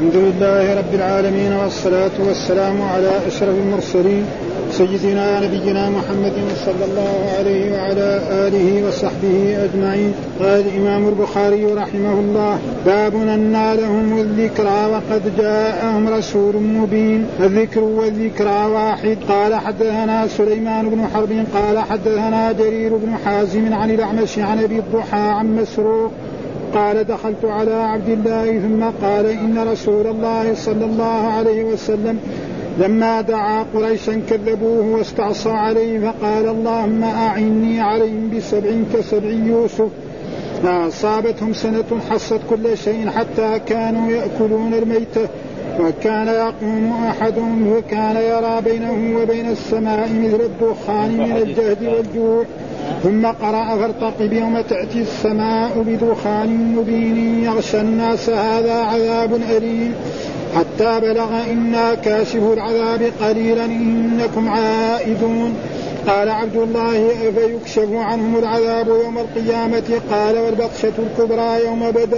الحمد لله رب العالمين والصلاة والسلام على أشرف المرسلين سيدنا نبينا محمد صلى الله عليه وعلى آله وصحبه أجمعين. قال الإمام البخاري رحمه الله: باب أنى لهم الذكرى وقد جاءهم رسول مبين. الذكر والذكرى واحد. قال حدثنا سليمان بن حرب قال حدثنا جرير بن حازم عن الأعمش عن أبي الضحى عن مسروق قال: دخلت على عبد الله ثم قال: إن رسول الله صلى الله عليه وسلم لما دعا قريشا كذبوه واستعصوا عليه فقال: اللهم أعني عليهم بسبع كسبع يوسف. فأصابتهم سنة حصت كل شيء حتى كانوا يأكلون الميتة، وكان يقوم أحدهم وكان يرى بينه وبين السماء مثل الدخان من الجهد والجوع. ثم قرأ: فارتقب يوم تأتي السماء بدخان مبين يغشى الناس هذا عذاب أليم، حتى بلغ إنا كاشف العذاب قليلا إنكم عائدون. قال عبد الله: فيكشف عنهم العذاب يوم القيامة؟ قال: والبطشة الكبرى يوم بدر.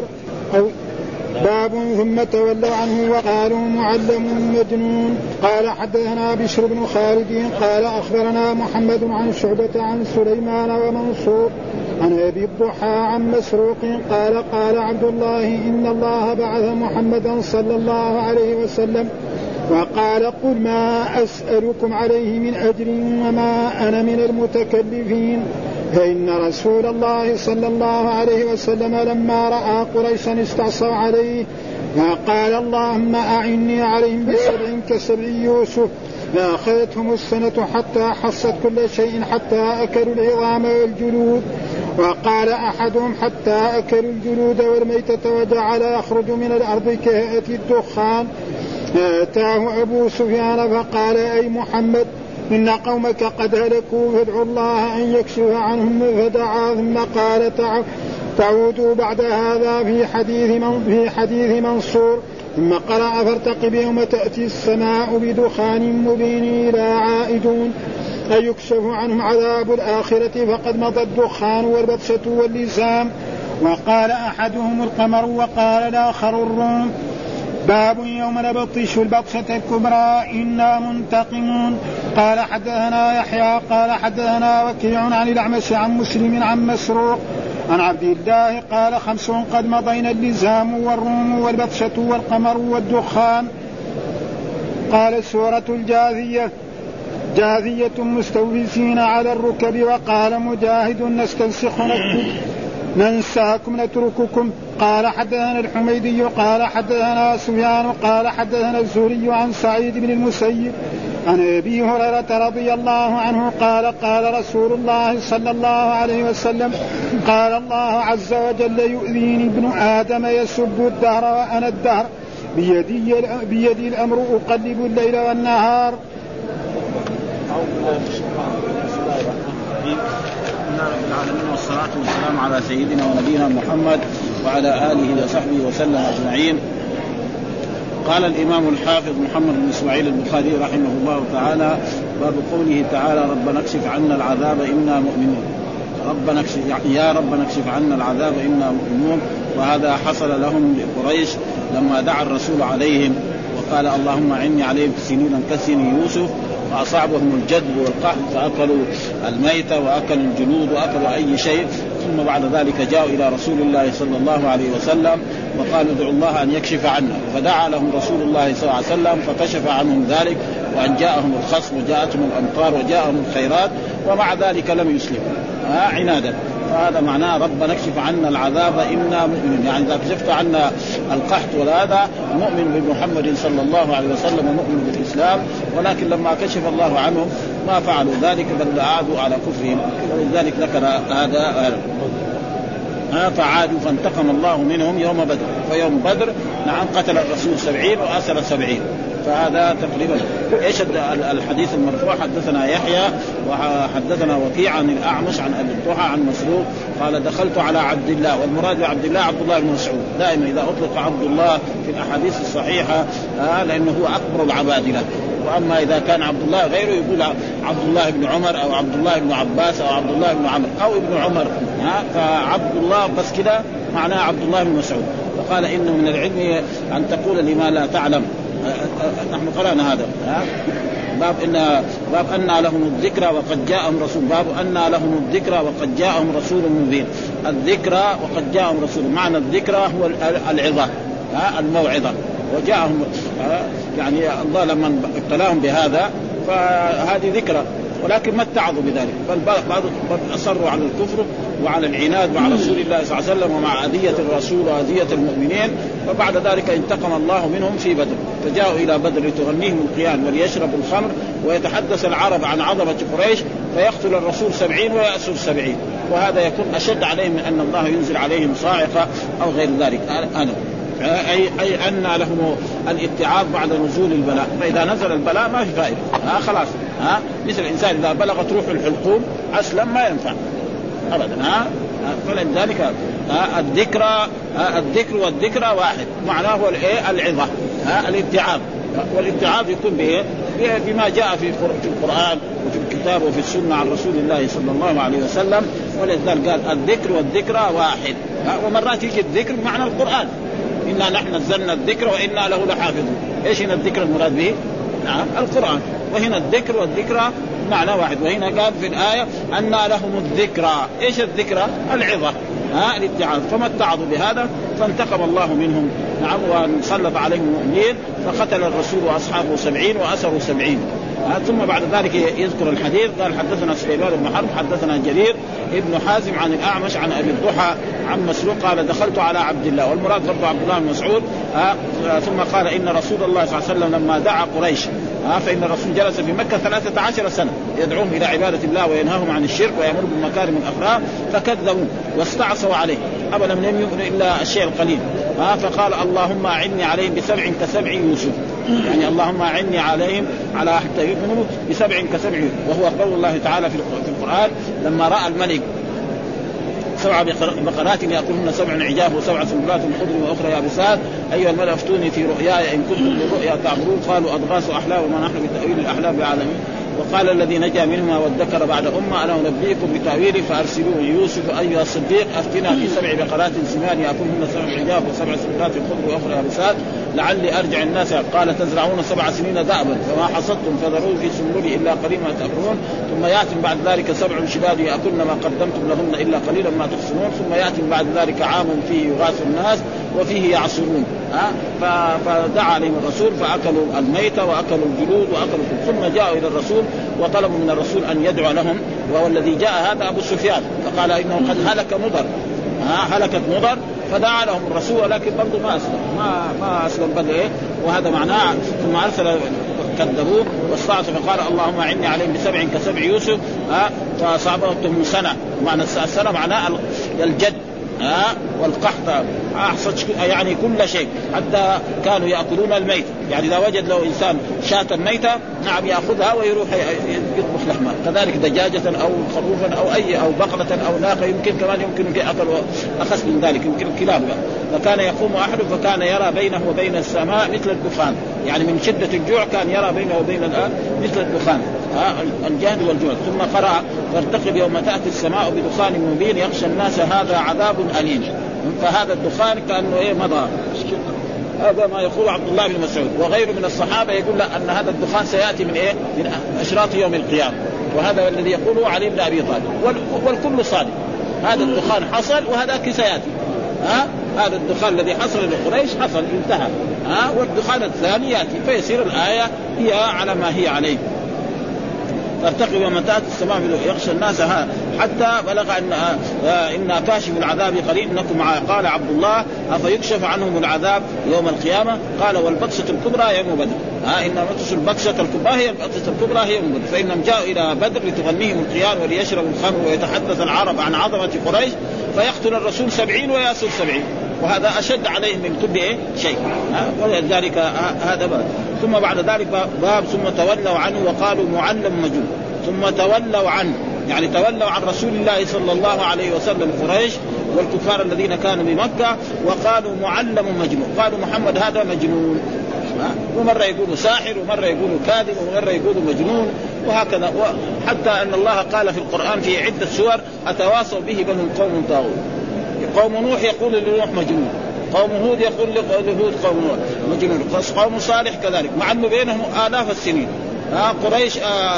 باب ثم تولوا عنه وقالوا معلم مجنون. قال حدثنا بشر بن خالد قال أخبرنا محمد عن شعبة عن سليمان ومنصور عن أبي الضحى عن مسروق قال: قال عبد الله: إن الله بعث محمدا صلى الله عليه وسلم وقال: قل ما أسألكم عليه من أجر وما أنا من المتكلفين. فإن رسول الله صلى الله عليه وسلم لما رأى قريشا استعصوا عليه فقال: اللهم أعني عليهم بسبع كسبع يوسف. فأخذتهم السنة حتى حصت كل شيء حتى أكلوا العظام والجلود. وقال أحدهم: حتى أكلوا الجلود والميتة وجعل يخرج من الأرض كهيئة الدخان. فأتاه أبو سفيان فقال: أي محمد، إن قومك قد هلكوا فادعوا الله أن يكشف عنهم. فدعا ثم قال: تعودوا بعد هذا في حديث منصور. ثم قرأ: فارتقب يوم تأتي السماء بدخان مبين لا عائدون. أيكشف عنهم عذاب الآخرة فقد مضى الدخان والبطشة واللسام. وقال أحدهم: القمر، وقال الآخر: الروم. باب يوم نبطش البطشة الكبرى إنا منتقمون. قال حدثنا يحيى قال حدثنا وكيع عن الأعمش عن مسلم عن مسروق عن عبد الله قال: 5 قد مضينا: اللزام والروم والبطشة والقمر والدخان. قال: سورة الجاثية. جاثية مستوفزين على الركب. وقال مجاهد: نستنسخ ننساكم نترككم. قال حدثنا الحميدي قال حدثنا سفيان قال حدثنا الزهري عن سعيد بن المسيب عن أبي هريرة رضي الله عنه قال: قال رسول الله صلى الله عليه وسلم: قال الله عز وجل: يؤذيني ابن آدم يسب الدهر وأنا الدهر بيدي الأمر أقلب الليل والنهار. العالمين والصلاة والسلام على سيدنا ونبينا محمد وعلى آله وصحبه وسلم أجمعين. قال الإمام الحافظ محمد بن إسماعيل البخاري رحمه الله تعالى: باب قوله تعالى: ربنا اكشف عنا العذاب إنا مؤمنون. يا ربنا اكشف عنا العذاب إنا مؤمنون. وهذا حصل لهم لقريش لما دعا الرسول عليهم وقال: اللهم أعني عليهم سنينا كسن يوسف. فأصابهم الجدب والقحط فأكلوا الميتة وأكلوا الجلود وأكلوا أي شيء. ثم بعد ذلك جاءوا إلى رسول الله صلى الله عليه وسلم وقالوا: ادعوا الله أن يكشف عنا. فدعا لهم رسول الله صلى الله عليه وسلم فكشف عنهم ذلك، وأن جاءهم الخصم وجاءتهم الأمطار وجاءهم الخيرات، ومع ذلك لم يسلموا عنادا. فهذا معناه ربنا اكشف عنا العذاب إنا مؤمنون، يعني إذا كشفت عنا القحط وهذا مؤمن بمحمد صلى الله عليه وسلم ومؤمن بالإسلام. ولكن لما كشف الله عنهم ما فعلوا ذلك بل عادوا على كفرهم، ولذلك ذكر هذا فعادوا فانتقم الله منهم يوم بدر. فيوم بدر قتل الرسول 70 وأسر 70. فهذا تقريبا ايش الحديث المرفوع. حدثنا يحيى وحدثنا وكيع عن الأعمش عن أبي الضحى عن مسروق قال: دخلت على عبد الله. والمراد بعبد الله عبد الله بن مسعود. دائما إذا أطلق عبد الله في الأحاديث الصحيحة لأنه هو أكبر العبادلة. وأما إذا كان عبد الله غيره يقول عبد الله بن عمر أو عبد الله بن عباس أو عبد الله بن عمرو أو ابن عمر. فعبد الله بس كده معناه عبد الله بن مسعود. وقال إنه من العلم أن تقول لما لا تعلم. نحن قرأنا هذا باب أن لهم الذكرى وقد جاءهم رسول، باب أن لهم الذكرى وقد جاءهم رسول مبين. الذكرى وقد جاءهم رسول، معنى الذكرى هو العظة، الموعظة، وجاءهم يعني الله لما ابتلاهم بهذا فهذه ذكرى، ولكن ما اتعظوا بذلك، بل بعض أصروا على الكفر وعلى العناد مع رسول الله صلى الله عليه وسلم ومع أذية الرسول وأذية المؤمنين. فبعد ذلك انتقم الله منهم في بدر، فجاءوا إلى بدر لتغنيهم القيان وليشربوا الخمر ويتحدث العرب عن عظمة قريش، فيقتل الرسول 70 ويأسر 70، وهذا يكون أشد عليهم من أن الله ينزل عليهم صاعقة أو غير ذلك. أي أن لهم الاتعاظ بعد نزول البلاء، فإذا نزل البلاء ما في فائدة، خلاص مثل الإنسان إذا بلغت روح الحلقوم أسلم ما ينفع أبدا. فلذلك الذكر والذكرى واحد، معناه هو العظة، الاتعاظ. والاتعاظ يكون بما جاء في القرآن وفي الكتاب وفي السنة عن رسول الله صلى الله عليه وسلم. ولذلك قال الذكر والذكرى واحد. ومرات يجي الذكر بمعنى القرآن، إنا نحن نزلنا الذكر وإنا له لحافظون. إيش هنا الذكر المراد به؟ القرآن. وهنا الذكر والذكرى معنى واحد. وهنا قال في الآية أن لهم الذكرى. إيش الذكرى؟ العظة، الاتعاظ. فما اتعظوا بهذا فانتقم الله منهم، وسلط عليهم المؤمنين، فقتل الرسول وأصحابه 70 وأسروا 70. ثم بعد ذلك يذكر الحديث. قال حدثنا سليمان بن حرب حدثنا جرير ابن حازم عن الأعمش عن أبي الضحى عن مسروق قال دخلت على عبد الله، والمراد برضو عبد الله بن مسعود. ثم قال إن رسول الله صلى الله عليه وسلم لما دعا قريش، فإن الرسول جلس في مكة 13 سنة يدعوهم إلى عبادة الله وينهاهم عن الشرك ويأمر بمكارم الأخلاق، فكذبوا واستعصوا عليه، أبدا لم يؤمنوا إلا الشيء القليل. فقال اللهم أعني عليهم بسبع كسبع يوسف، يعني اللهم أعني عليهم على حتى يؤمنوا بسبع كسبع، وهو قول الله تعالى في القرآن لما رأى الملك 7 بقرات يأكلهن 7 عجاف و7 سنبلات خضر وأخرى يابسات أيها الملأ افتوني في رؤياي إن كنتم بالرؤيا تعبرون قالوا أضغاث أحلام وما نحن بتأويل الأحلام بعالمين. وقال الذي نجا منهما وادكر بعد أمة أنا أنبئكم بتأويله فأرسلوه يوسف أيها الصديق أفتنا في 7 بقرات سمان يأكلهن 7 عجاف و7 سنبلات خضر وأخرى يابسات لعلي أرجع الناس. قال تزرعون 7 سنين دأبا فما حصدتم فذروه في سنبله إلا قليلا ما تأكلون ثم يأتي بعد ذلك 7 شداد يأكلن ما قدمتم لهن إلا قليلا ما تحصنون ثم يأتي بعد ذلك عام فيه يغاث الناس وفيه يعصرون. فدعا عليهم الرسول فأكلوا الميتة وأكلوا الجلود وأكلوا ثم جاءوا إلى الرسول وطلبوا من الرسول أن يدعو لهم. والذي جاء هذا أبو سفيان فقال إنه قد هلك مضر، هلكت مضر، فدعا لهم الرسول ولكن برضو ما أسلم ما أسلم بدأ وهذا معناه. ثم أرسل كذبوه واستعصوا فقال اللهم أعني عليهم بسبع كسبع يوسف فأصابتهم سنة، معنى السنة معناه الجد والقحط أحصد يعني كل شيء حتى كانوا يأكلون الميت، يعني إذا وجد له إنسان شاة ميتة نعم يأخذها ويروح يطبخ لحمها، كذلك دجاجة أو خروفا أو بقرة أو ناقة يمكن كمان يمكن أكل أخذ من ذلك يمكن الكلاب. فكان يقوم أحد فكان يرى بينه وبين السماء مثل الدخان، يعني من شدة الجوع كان يرى بينه وبين مثل الدخان الجهد والجوع. ثم قرأ فارتقب يوم تأتي السماء بدخان مبين يغشى الناس هذا عذاب أليم. فهذا الدخان كأنه مضى. هذا ما يقول عبد الله بن مسعود وغيره من الصحابة يقول أن هذا الدخان سيأتي من أشراط يوم القيامة، وهذا الذي يقوله علي بن أبي طالب والكل صادق. هذا الدخان حصل وهذاك سيأتي. هذا الدخان الذي حصل لقريش حصل انتهى، والدخان الثاني يأتي فيصير الآية هي على ما هي عليه. فارتقب يوم تأتي السماء يغشى الناس حتى بلغ إن كاشف العذاب قريب إنكم قال عبد الله أفيكشف عنهم العذاب يوم القيامة قال والبطشة الكبرى يوم بدر. إن البطشة الكبرى هي البطشة الكبرى هي يوم بدر. فإنهم جاءوا إلى بدر لتغنيهم القيان وليشربوا الخمر ويتحدث العرب عن عظمة قريش فيقتل الرسول 70 ويأسر 70، وهذا أشد عليهم من كل شيء. ولذلك هذا باب. ثم بعد ذلك باب ثم تولوا عنه وقالوا معلم مجنون. ثم تولوا عنه يعني تولوا عن رسول الله صلى الله عليه وسلم قريش والكفار الذين كانوا بمكة وقالوا معلم مجنون، قالوا محمد هذا مجنون، ومرة يقولوا ساحر ومرة يقولوا كاذب ومرة يقولوا مجنون وهكذا. حتى أن الله قال في القرآن في عدة سور أتواصوا به بل هم قوم طاغون. قوم نوح يقول لنوح مجنون، قوم هود يقول لهود قوم مجنون، قوم صالح كذلك، مع أنه بينهم آلاف السنين. قريش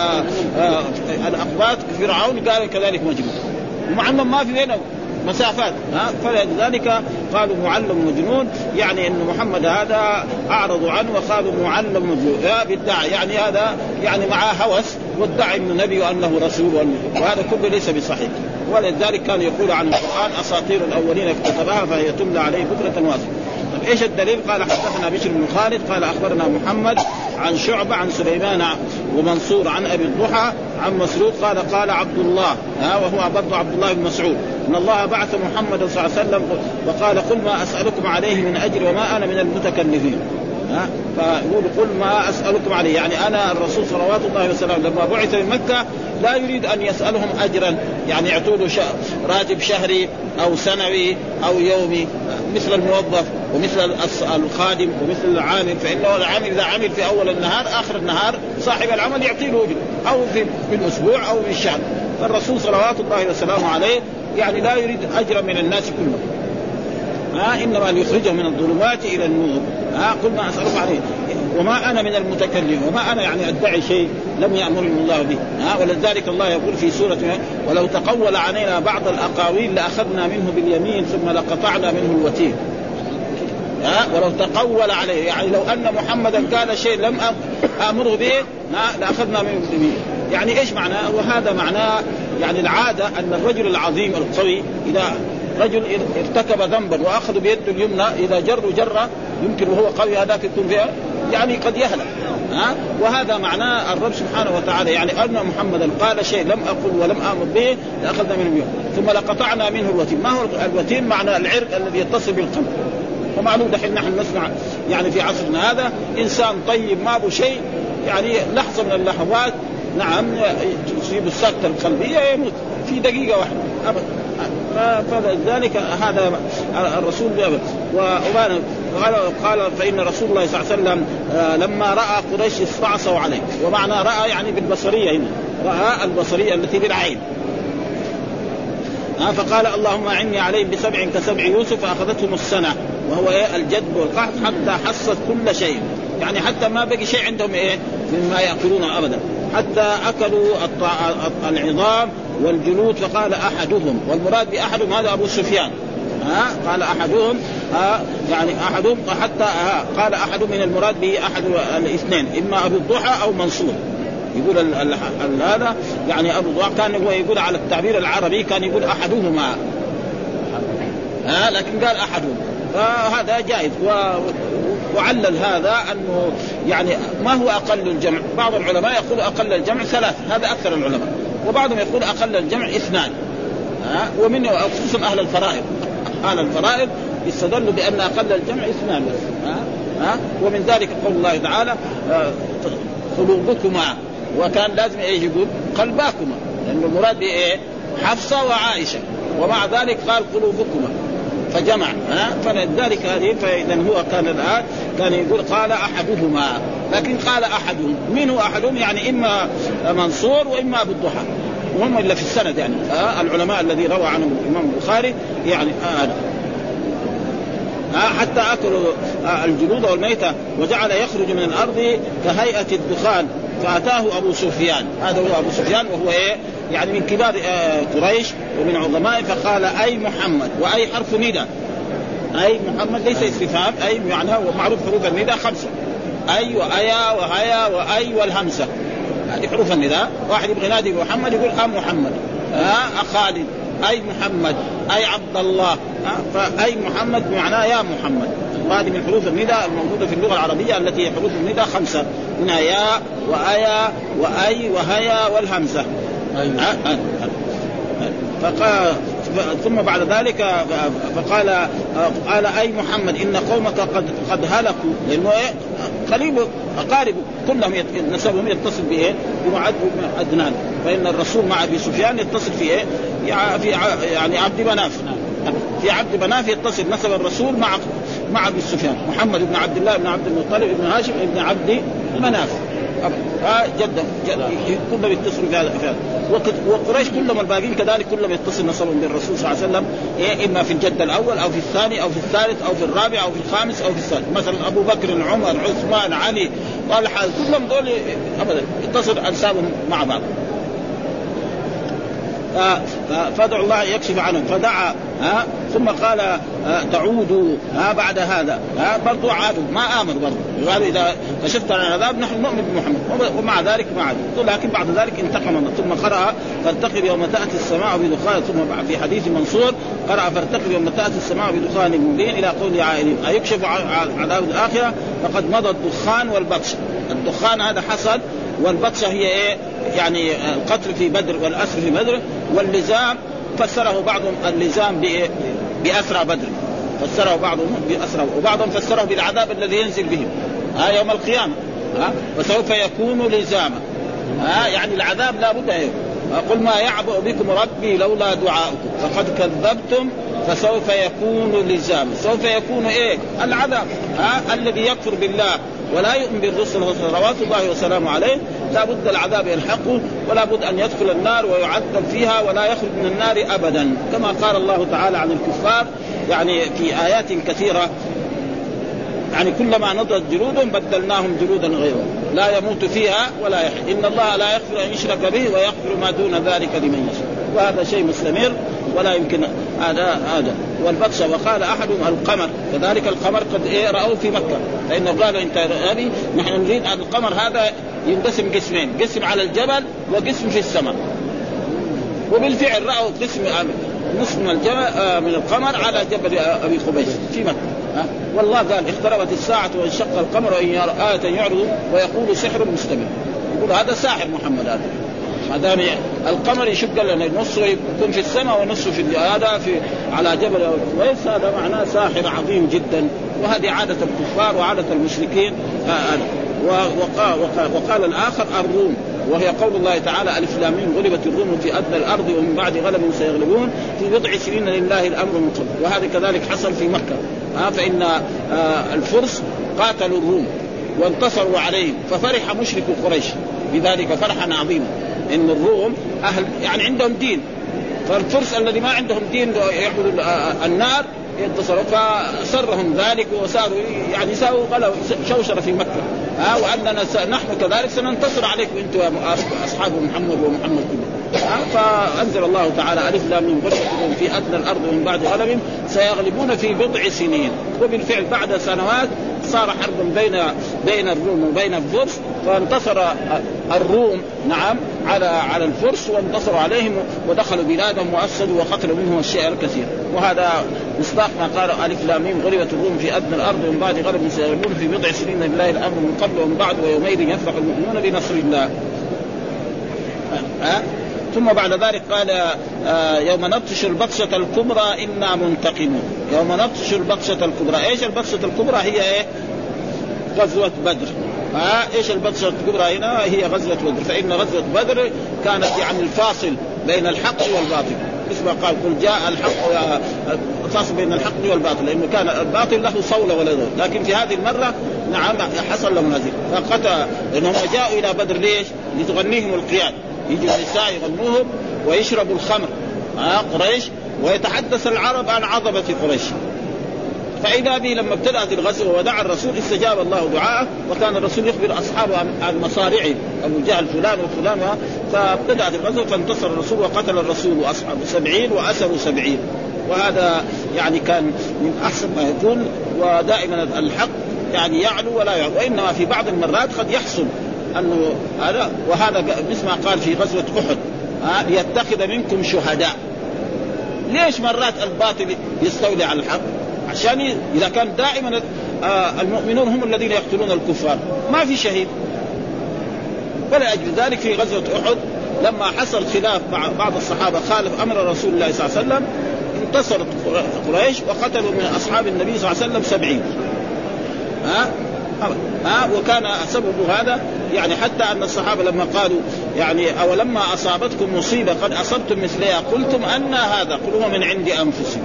الأقباط فرعون قالوا كذلك مجنون، ومع أنهم ما في بينهم مسافات. فلذلك قالوا معلم مجنون، يعني أن محمد هذا أعرضوا عنه وقالوا معلم مجنون بالدعاء، يعني هذا يعني معاه هوس والدعاء من النبي وأنه رسول، وهذا كله ليس بصحيح. ولذلك كان يقول عن القرآن أساطير الأولين اكتتبها فهي تملى عليه بكرة واسعة. طيب إيش الدليل؟ قال حدثنا بشر بن خالد قال أخبرنا محمد عن شعبة عن سليمان ومنصور عن أبي الضحى عن مسروق قال عبد الله وهو برضه عبد الله بن مسعود إن الله بعث محمد صلى الله عليه وسلم وقال قل ما أسألكم عليه من أجر وما أنا من المتكلفين. فيقول قل ما أسألكم عليه، يعني أنا الرسول صلوات الله وسلامه لما بعث من مكة لا يريد أن يسألهم أجرا، يعني يعطوا له راتب شهري أو سنوي أو يومي مثل الموظف ومثل الخادم ومثل العامل، فإنه العامل إذا عمل في أول النهار آخر النهار صاحب العمل يعطيه أجر أو في الأسبوع أو في الشهر. فالرسول صلوات الله وسلامه عليه يعني لا يريد أجرا من الناس كلهم، إنما ليخرجهم من الظلمات إلى النور. قل ما أسألكم عليه وما أنا من المتكلم، وما أنا يعني أدعي شيء لم يأمرني الله به. ولذلك الله يقول في سورة ولو تقول علينا بعض الأقاويل لأخذنا منه باليمين ثم لقطعنا منه الوتين. ولو تقول عليه يعني لو أن محمدا قال شيء لم أمره به لأخذنا منه باليمين. يعني إيش معناه؟ وهذا معناه يعني العادة أن الرجل العظيم القوي إذا رجل ارتكب ذنبا وأخذ بيده اليمنى إذا جرة يمكن وهو قوي هذاك يكون فيها يعني قد يهلك. وهذا معناه الرب سبحانه وتعالى يعني أن محمدا قال شيء لم أقل ولم آمر به لأخذنا منه اليوم ثم لقطعنا منه الوتين. ما هو الوتين؟ معنى العرق الذي يتصل بالقلب. ومعلوم دحين نحن نسمع يعني في عصرنا هذا إنسان طيب ما ابو شيء يعني لحظة من اللحظات نعم تصيب السكتة القلبية يموت في دقيقة واحدة أبدا. فلذلك هذا الرسول قال فإن رسول الله صلى الله عليه وسلم لما رأى قريش استعصوا عليه، ومعنى رأى يعني بالبصرية هنا، رأى البصرية التي بالعين. فقال اللهم أعني عليهم بسبع كسبع يوسف فأخذتهم السنة وهو الجدب والقحط حتى حصت كل شيء، يعني حتى ما بقي شيء عندهم مما يأكلونه أبدا، حتى أكلوا العظام والجلود. فقال أحدهم، والمراد بأحدهم هذا أبو سفيان، قال أحدهم يعني أحدهم حتى قال أحدهم من المراد به أحد الاثنين إما أبو الضحى أو منصور. يقول هذا يعني أبو الضحى كان هو يقول على التعبير العربي كان يقول أحدهما لكن قال أحدهم، فهذا جائز. وعلل هذا أنه يعني ما هو أقل الجمع. بعض العلماء يقول أقل الجمع 3، هذا أكثر العلماء، وبعضهم يقول أقل الجمع 2. ومنه خصوصا أهل الفرائض، أهل الفرائض يستدلوا بأن أقل الجمع 2 بس. ومن ذلك قول الله تعالى قلوبكما، وكان لازم يقول قلباكما، لأن المراد بإيه؟ حفصة وعائشة، ومع ذلك قال قلوبكما فجمع. فلذلك هذه فإذا هو كان الآن كان يقول قال أحدهما، لكن قال أحدهم. من هو أحدهم؟ يعني إما منصور وإما أبو الضحى، وهم إلا في السند يعني العلماء الذي روى عنهم الإمام البخاري يعني حتى أكلوا الجلود والميتة وجعل يخرج من الأرض كهيئة الدخان فأتاه أبو سفيان. هذا هو أبو سفيان وهو يعني من كبار قريش ومن عظماء، فقال أي محمد، وأي حرف نداء، أي محمد ليس استفهام، أي معناه ومعروف حروف النداء 5، أي وأيا وهيا وأي والهمسة، هذه حروف النداء. واحد يبغى ينادي محمد يقول محمد، خالد، أي محمد، أي عبد الله، فأي محمد معناه يا محمد. وهذه من حروف النداء الموجودة في اللغة العربية التي حروف النداء 5، منها يا وأيا وأي وهيا والهمزة. فقال ثم بعد ذلك فقال أي محمد إن قومك قد هلكوا، لأنه قريب أقارب كلهم نسبهم يتصل بإيه؟ بمعد بن عدنان، فإن الرسول مع أبي سفيان يتصل في إيه؟ في يعني عبد مناف، في عبد مناف يتصل نسب الرسول مع أبي سفيان، محمد بن عبد الله بن عبد المطلب بن هاشم بن عبد مناف. جدا كلهم يتصلوا في هذا. وقريش كلهم الباقين كذلك كلهم يتصل نسبهم بالرسول صلى الله عليه وسلم، إما في الجد الأول أو في الثاني أو في الثالث أو في الرابع أو في الخامس أو في السادس. مثلا أبو بكر، عمر، عثمان، علي، طلحة، كلهم دول أبدا يتصل أنسابهم مع بعض. فدعوا الله يكشف عنهم، فدعا ثم قال تعودوا بعد هذا برضو عادوا ما آمنوا برضو، قالوا إذا كشفت عن العذاب نحن نؤمن بمحمد، ومع ذلك ما عادوا. لكن بعد ذلك انتقم الله. ثم قرأ فارتقب يوم تأتي السماء بدخان، ثم في حديث منصور قرأ فارتقب يوم تأتي السماء بدخان مبين إلى قول عائلين أيكشف عن عذاب الآخرة فقد مضى الدخان والبطش. الدخان هذا حصل، والبطشة هي إيه؟ يعني القتل في بدر والأسر في بدر. واللزام فسره بعضهم اللزام بأسرى بدر، فسره بعضهم بأسرى، وبعضهم فسره بالعذاب الذي ينزل بهم يوم القيامة وسوف يكون لزاما. يعني العذاب لا بد قل ما يعبأ بكم ربي لولا دعاؤكم فقد كذبتم فسوف يكون لزاما. سوف يكون إيه؟ العذاب. الذي يكفر بالله ولا يؤمن بالرسل صلوات الله وسلامه عليه لا بد العذاب يلحقه، ولا بد أن يدخل النار ويعذب فيها ولا يخرج من النار أبدا، كما قال الله تعالى عن الكفار يعني في آيات كثيرة. يعني كلما نضجت جلودهم بدلناهم جلودا غيرهم لا يموت فيها ولا يحيى إن الله لا يغفر أن يشرك به ويغفر ما دون ذلك لمن يشاء. وهذا شيء مستمر ولا يمكن هذا. والبطشة وقال أحدهم القمر، كذلك القمر قد رأوا في مكة، فإنه قالوا أنت أبي نحن نريد أن القمر هذا ينقسم قسمين، قسم على الجبل وقسم في السماء. وبالفعل رأوا قسم نصف من الجبل من القمر على جبل أبي قبيس في مكة. والله قال اقتربت الساعة وانشق القمر وإن يرى آية يعرض ويقول سحر مستمر. يقول هذا ساحر محمد هذا، ما دام القمر يشق لنا نصه يكون في السماء ونصه في هذا في على جبل قبيس، هذا معناه ساحر عظيم جدا. وهذه عادة الكفار وعادة المشركين. وقال الآخر الروم، وهي قول الله تعالى ألف لام ميم غلبت الروم في أدنى الأرض ومن بعد غلب سيغلبون في بضع سنين لله الأمر من قبل. وهذا كذلك حصل في مكة. فإن الفرس قاتلوا الروم وانتصروا عليهم، ففرح مشرك قريش بذلك فرحا عظيما إن الروم أهل يعني عندهم دين، فالفرس الذي ما عندهم دين يعبدوا النار ينتصروا، فسرهم ذلك وصاروا يعني يساووا شوشرة في مكة. وأننا نحن كذلك سننتصر عليكم أنتم أصحاب محمد ومحمد كله. فأنزل الله تعالى ألف لام ميم غلبت في أدنى الأرض ومن بعد غلب سيغلبون في بضع سنين. وبالفعل بعد سنوات صار حرب بين الروم وبين الفرس، فانتصر الروم نعم على الفرس وانتصروا عليهم ودخلوا بلادهم وأفسدوا وقتلوا منهم الشيء الكثير. وهذا مصداق ما قال ألف لام ميم غلبت الروم في أدنى الأرض ومن بعد غلب سيغلبون في بضع سنين لله الأمر من قبل ومن بعد ويومئذ يفرح المؤمنون بنصر الله. ثم بعد ذلك قال يوم نبطش البطشة الكبرى إنا منتقمون. يوم نبطش البطشة الكبرى، إيش البطشة الكبرى؟ هي إيه؟ غزوة بدر. إيش البطشة الكبرى هنا؟ هي غزوة بدر. فإن غزوة بدر كانت يعني الفاصل بين الحق والباطل، مثل ما قال قل جاء الحق، الفاصل بين الحق والباطل، لأنه كان الباطل له صولة ولا ذو. لكن في هذه المرة نعم حصل لهم هذه، فقتل لأنهم جاءوا إلى بدر ليش؟ لتغنيهم القياد، يجوا النساء يغنوهم ويشربوا الخمر قريش، ويتحدث العرب عن عظمة قريش. فإذا به لما ابتدأت الغزوة ودعا الرسول استجاب الله دعاءه، وكان الرسول يخبر أصحابه عن مصارعه أبو جهل فلان وفلان. فابتدأت الغزوة فانتصر الرسول وقتل الرسول وأصحابه 70 وأسروا 70. وهذا يعني كان من أحسن ما يكون. ودائما الحق يعني يعلو ولا يعلو، وإنما في بعض المرات قد يحصل أنه هذا. وهذا مثل ما قال في غزوة أحد ليتخذ منكم شهداء. ليش مرات الباطل يستولي على الحق؟ عشان إذا كان دائما المؤمنون هم الذين يقتلون الكفار ما في شهيد. ولا أجل ذلك في غزوة أحد لما حصل خلاف مع بعض الصحابة خالف أمر رسول الله صلى الله عليه وسلم، انتصرت قريش وقتلوا من أصحاب النبي صلى الله عليه وسلم 70. وكان سبب هذا يعني حتى أن الصحابة لما قالوا يعني أولما أصابتكم مصيبة قد أصبتم مثلها قلتم أن هذا قل هو من عند أنفسكم.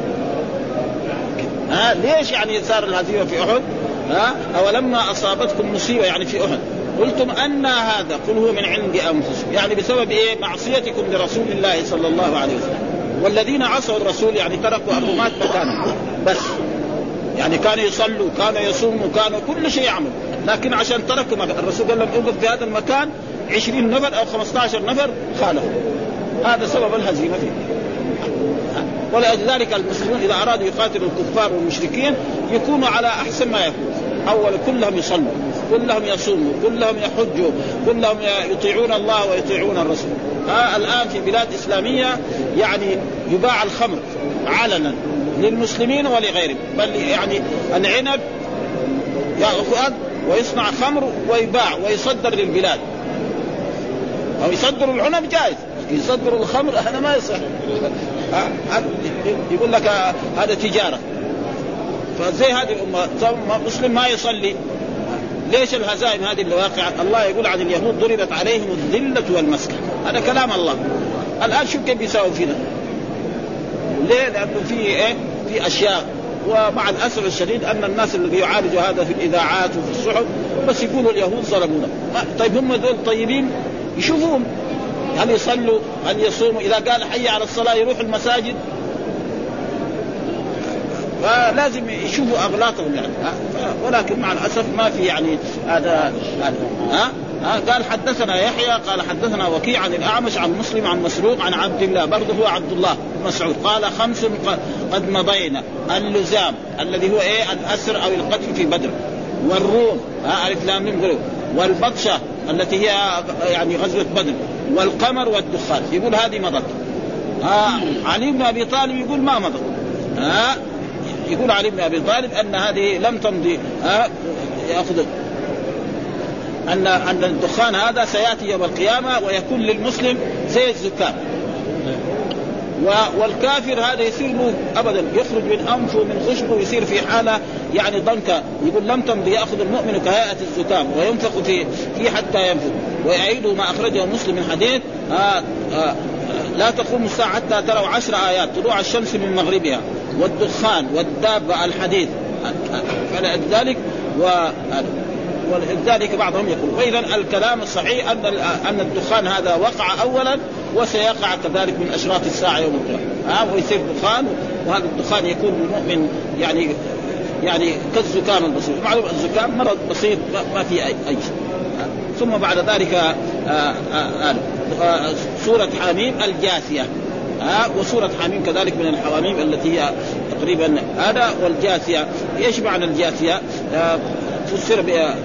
ليش يعني صار الهزيمة في أحد؟ أولما أصابتكم مصيبة يعني في أحد قلتم أن هذا قل هو من عند أنفسكم، يعني بسبب إيه؟ معصيتكم لرسول الله صلى الله عليه وسلم. والذين عصوا الرسول يعني تركوا الرمات مكانهم بس، يعني كانوا يصلوا كانوا يصوموا كانوا كل شيء يعملوا، لكن عشان تركوا الرسول قال لهم اوقف في هذا المكان 20 نفر أو 15 نفر خالفوا، هذا سبب الهزيمة فيه. ولذلك المسلمون إذا أرادوا يقاتلوا الكفار والمشركين يكونوا على أحسن ما يكون. أول كلهم يصلوا كلهم يصوموا كلهم يحجوا كلهم يطيعون الله ويطيعون الرسول. الآن في بلاد إسلامية يعني يباع الخمر علنا للمسلمين ولغيرهم، بل يعني العنب يأخذ ويصنع خمر ويباع ويصدر للبلاد، أو يصدر العنب جائز، يصدر الخمر هذا ما يصح. يقول لك هذا تجارة. فزي هذه الأمة مسلم ما يصلي، ليش الهزائم هذه اللي واقعة؟ الله يقول عن اليهود ضربت عليهم الذلة والمسكنة، هذا كلام الله. الآن شو كيف بيساوي فينا؟ ليه؟ لأنه في إيه؟ في أشياء. ومع الأسف الشديد أن الناس اللي يعالجوا هذا في الإذاعات وفي الصحف بس يقولوا اليهود ظلمونا. طيب هم دول طيبين يشوفون هل يصلوا هل يصوموا؟ إذا قال حي على الصلاة يروح المساجد، فلازم يشوفوا أغلاطهم يعني. ولكن مع الأسف ما في يعني هذا. قال حدثنا يحيى قال حدثنا وكيع عن الأعمش عن مسلم عن مسروق عن عبد الله برضه هو عبد الله بن مسعود قال 5 قد مضينا: اللزام الذي هو إيه؟ الأسر أو القتل في بدر، والروم ألف لام ميم، والبطشة التي هي يعني غزوة بدر، والقمر والدخان. يقول هذه مضت. علي بن أبي طالب يقول ما مضت. يقول علي بن أبي طالب أن هذه لم تمضي. يأخذ أن الدخان هذا سيأتي يوم القيامة ويكون للمسلم زي الزكام، والكافر هذا يصير له أبدا يخرج من أنفه من خشبه ويصير في حالة يعني ضنكة. يقول لم تمضي يأخذ المؤمن كهيئة الزكام وينفخ فيه حتى ينفخ. ويعيده ما أخرجه مسلم من حديث لا تقوم الساعة حتى تروا 10 آيات: طلوع الشمس من مغربها والدخان والدابة الحديث. فلذلك ولذلك بعضهم يقول. وإذا الكلام الصحيح أن الدخان هذا وقع أولا وسيقع كذلك من أشراط الساعة يوم القيامة. ويصير دخان، وهذا الدخان يكون للمؤمن يعني كالزكام البسيط. معلوم الزكام مرض بسيط ما في أي شيء. ثم بعد ذلك سورة حميم الجاثية. وسورة حميم كذلك من الحواميم التي هي تقريبا هذا. والجاثية ايش معنى الجاثية؟ تفسر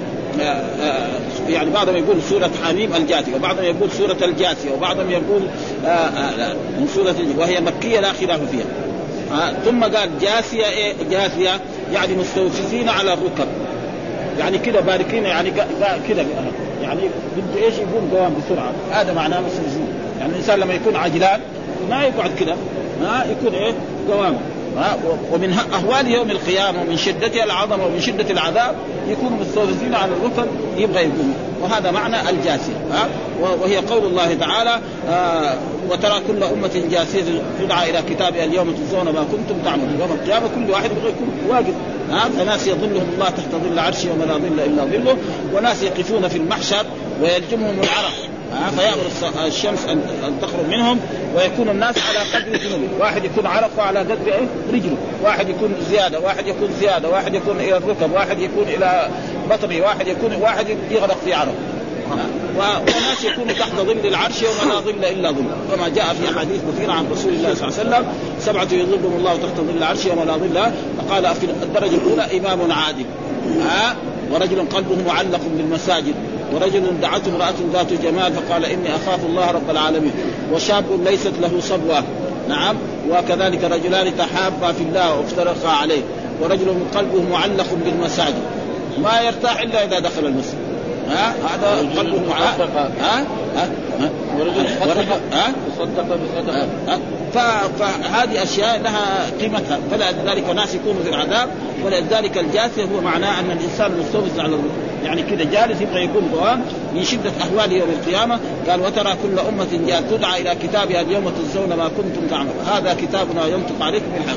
يعني بعضهم يقول سورة حميم الجاثية، وبعضهم يقول سورة الجاثية، وبعضهم يقول من سورة وهي مكية لا خلاف فيها. ثم قال جاثية إيه؟ جاثية يعني مستوفزين على الركب، يعني كده باركين، يعني كده يعني بده ايش يقول قوام بسرعة، هذا معناه مستوفزين. يعني الإنسان لما يكون عجلان ما يقعد كده، يكون ايه قوام. ومن أهوال يوم القيامة ومن شدتها العظمة ومن شدة العذاب يكونوا مستوفزين على الركب يبغى يقوموا، وهذا معنى الجاثية. وهي قول الله تعالى: وترى كل أمة جاثية تدعى إلى كتابها اليوم تجزون ما كنتم تعملون. يوم القيامة كل واحد يبغى يكون واقف. فناس يظلهم الله تحت ظل عرشه وما لا ظل إلا ظله، وناس يقفون في المحشر ويلجمهم العرق فيأمر الشمس أن تخرج منهم، ويكون الناس على قدر ذنوبه. واحد يكون عرقه على قدر رجله، واحد يكون زيادة، واحد يكون زيادة، واحد يكون إلى الركب، واحد يكون إلى بطنه، واحد يغرق في عرق. وناس يكونوا تحت ظل العرش وما لا ظل إلا ظل، كما جاء في أحاديث كثيرة عن رسول الله صلى الله عليه وسلم: 7 يظلهم الله تحت ظل العرش وما لا ظل. فقال في الدرجة الأولى إمام عادل، ورجل قلبه معلق بالمساجد، ورجل دعته امرأة ذات جمال فقال إني أخاف الله رب العالمين، وشاب ليست له صبوة. نعم. وكذلك رجلان تحابا في الله وافترقا عليه، ورجل قلبه معلق بالمساجد ما يرتاح إلا إذا دخل المسجد. هذا قلبه معلق. ورجل صدق بصدقة. فهذه أشياء لها قيمتها، فلذلك ناس يكونوا في العذاب. ولذلك الجاثية هو معناه أن الإنسان مستوفز على الركب، يعني كده جالس يبغى يكون قوام من شدة أهوال يوم القيامة. قال: وترى كل أمة تدعى إلى كتابها اليوم تجزون ما كنتم تعملون، هذا كتابنا ينطق عليكم بالحق.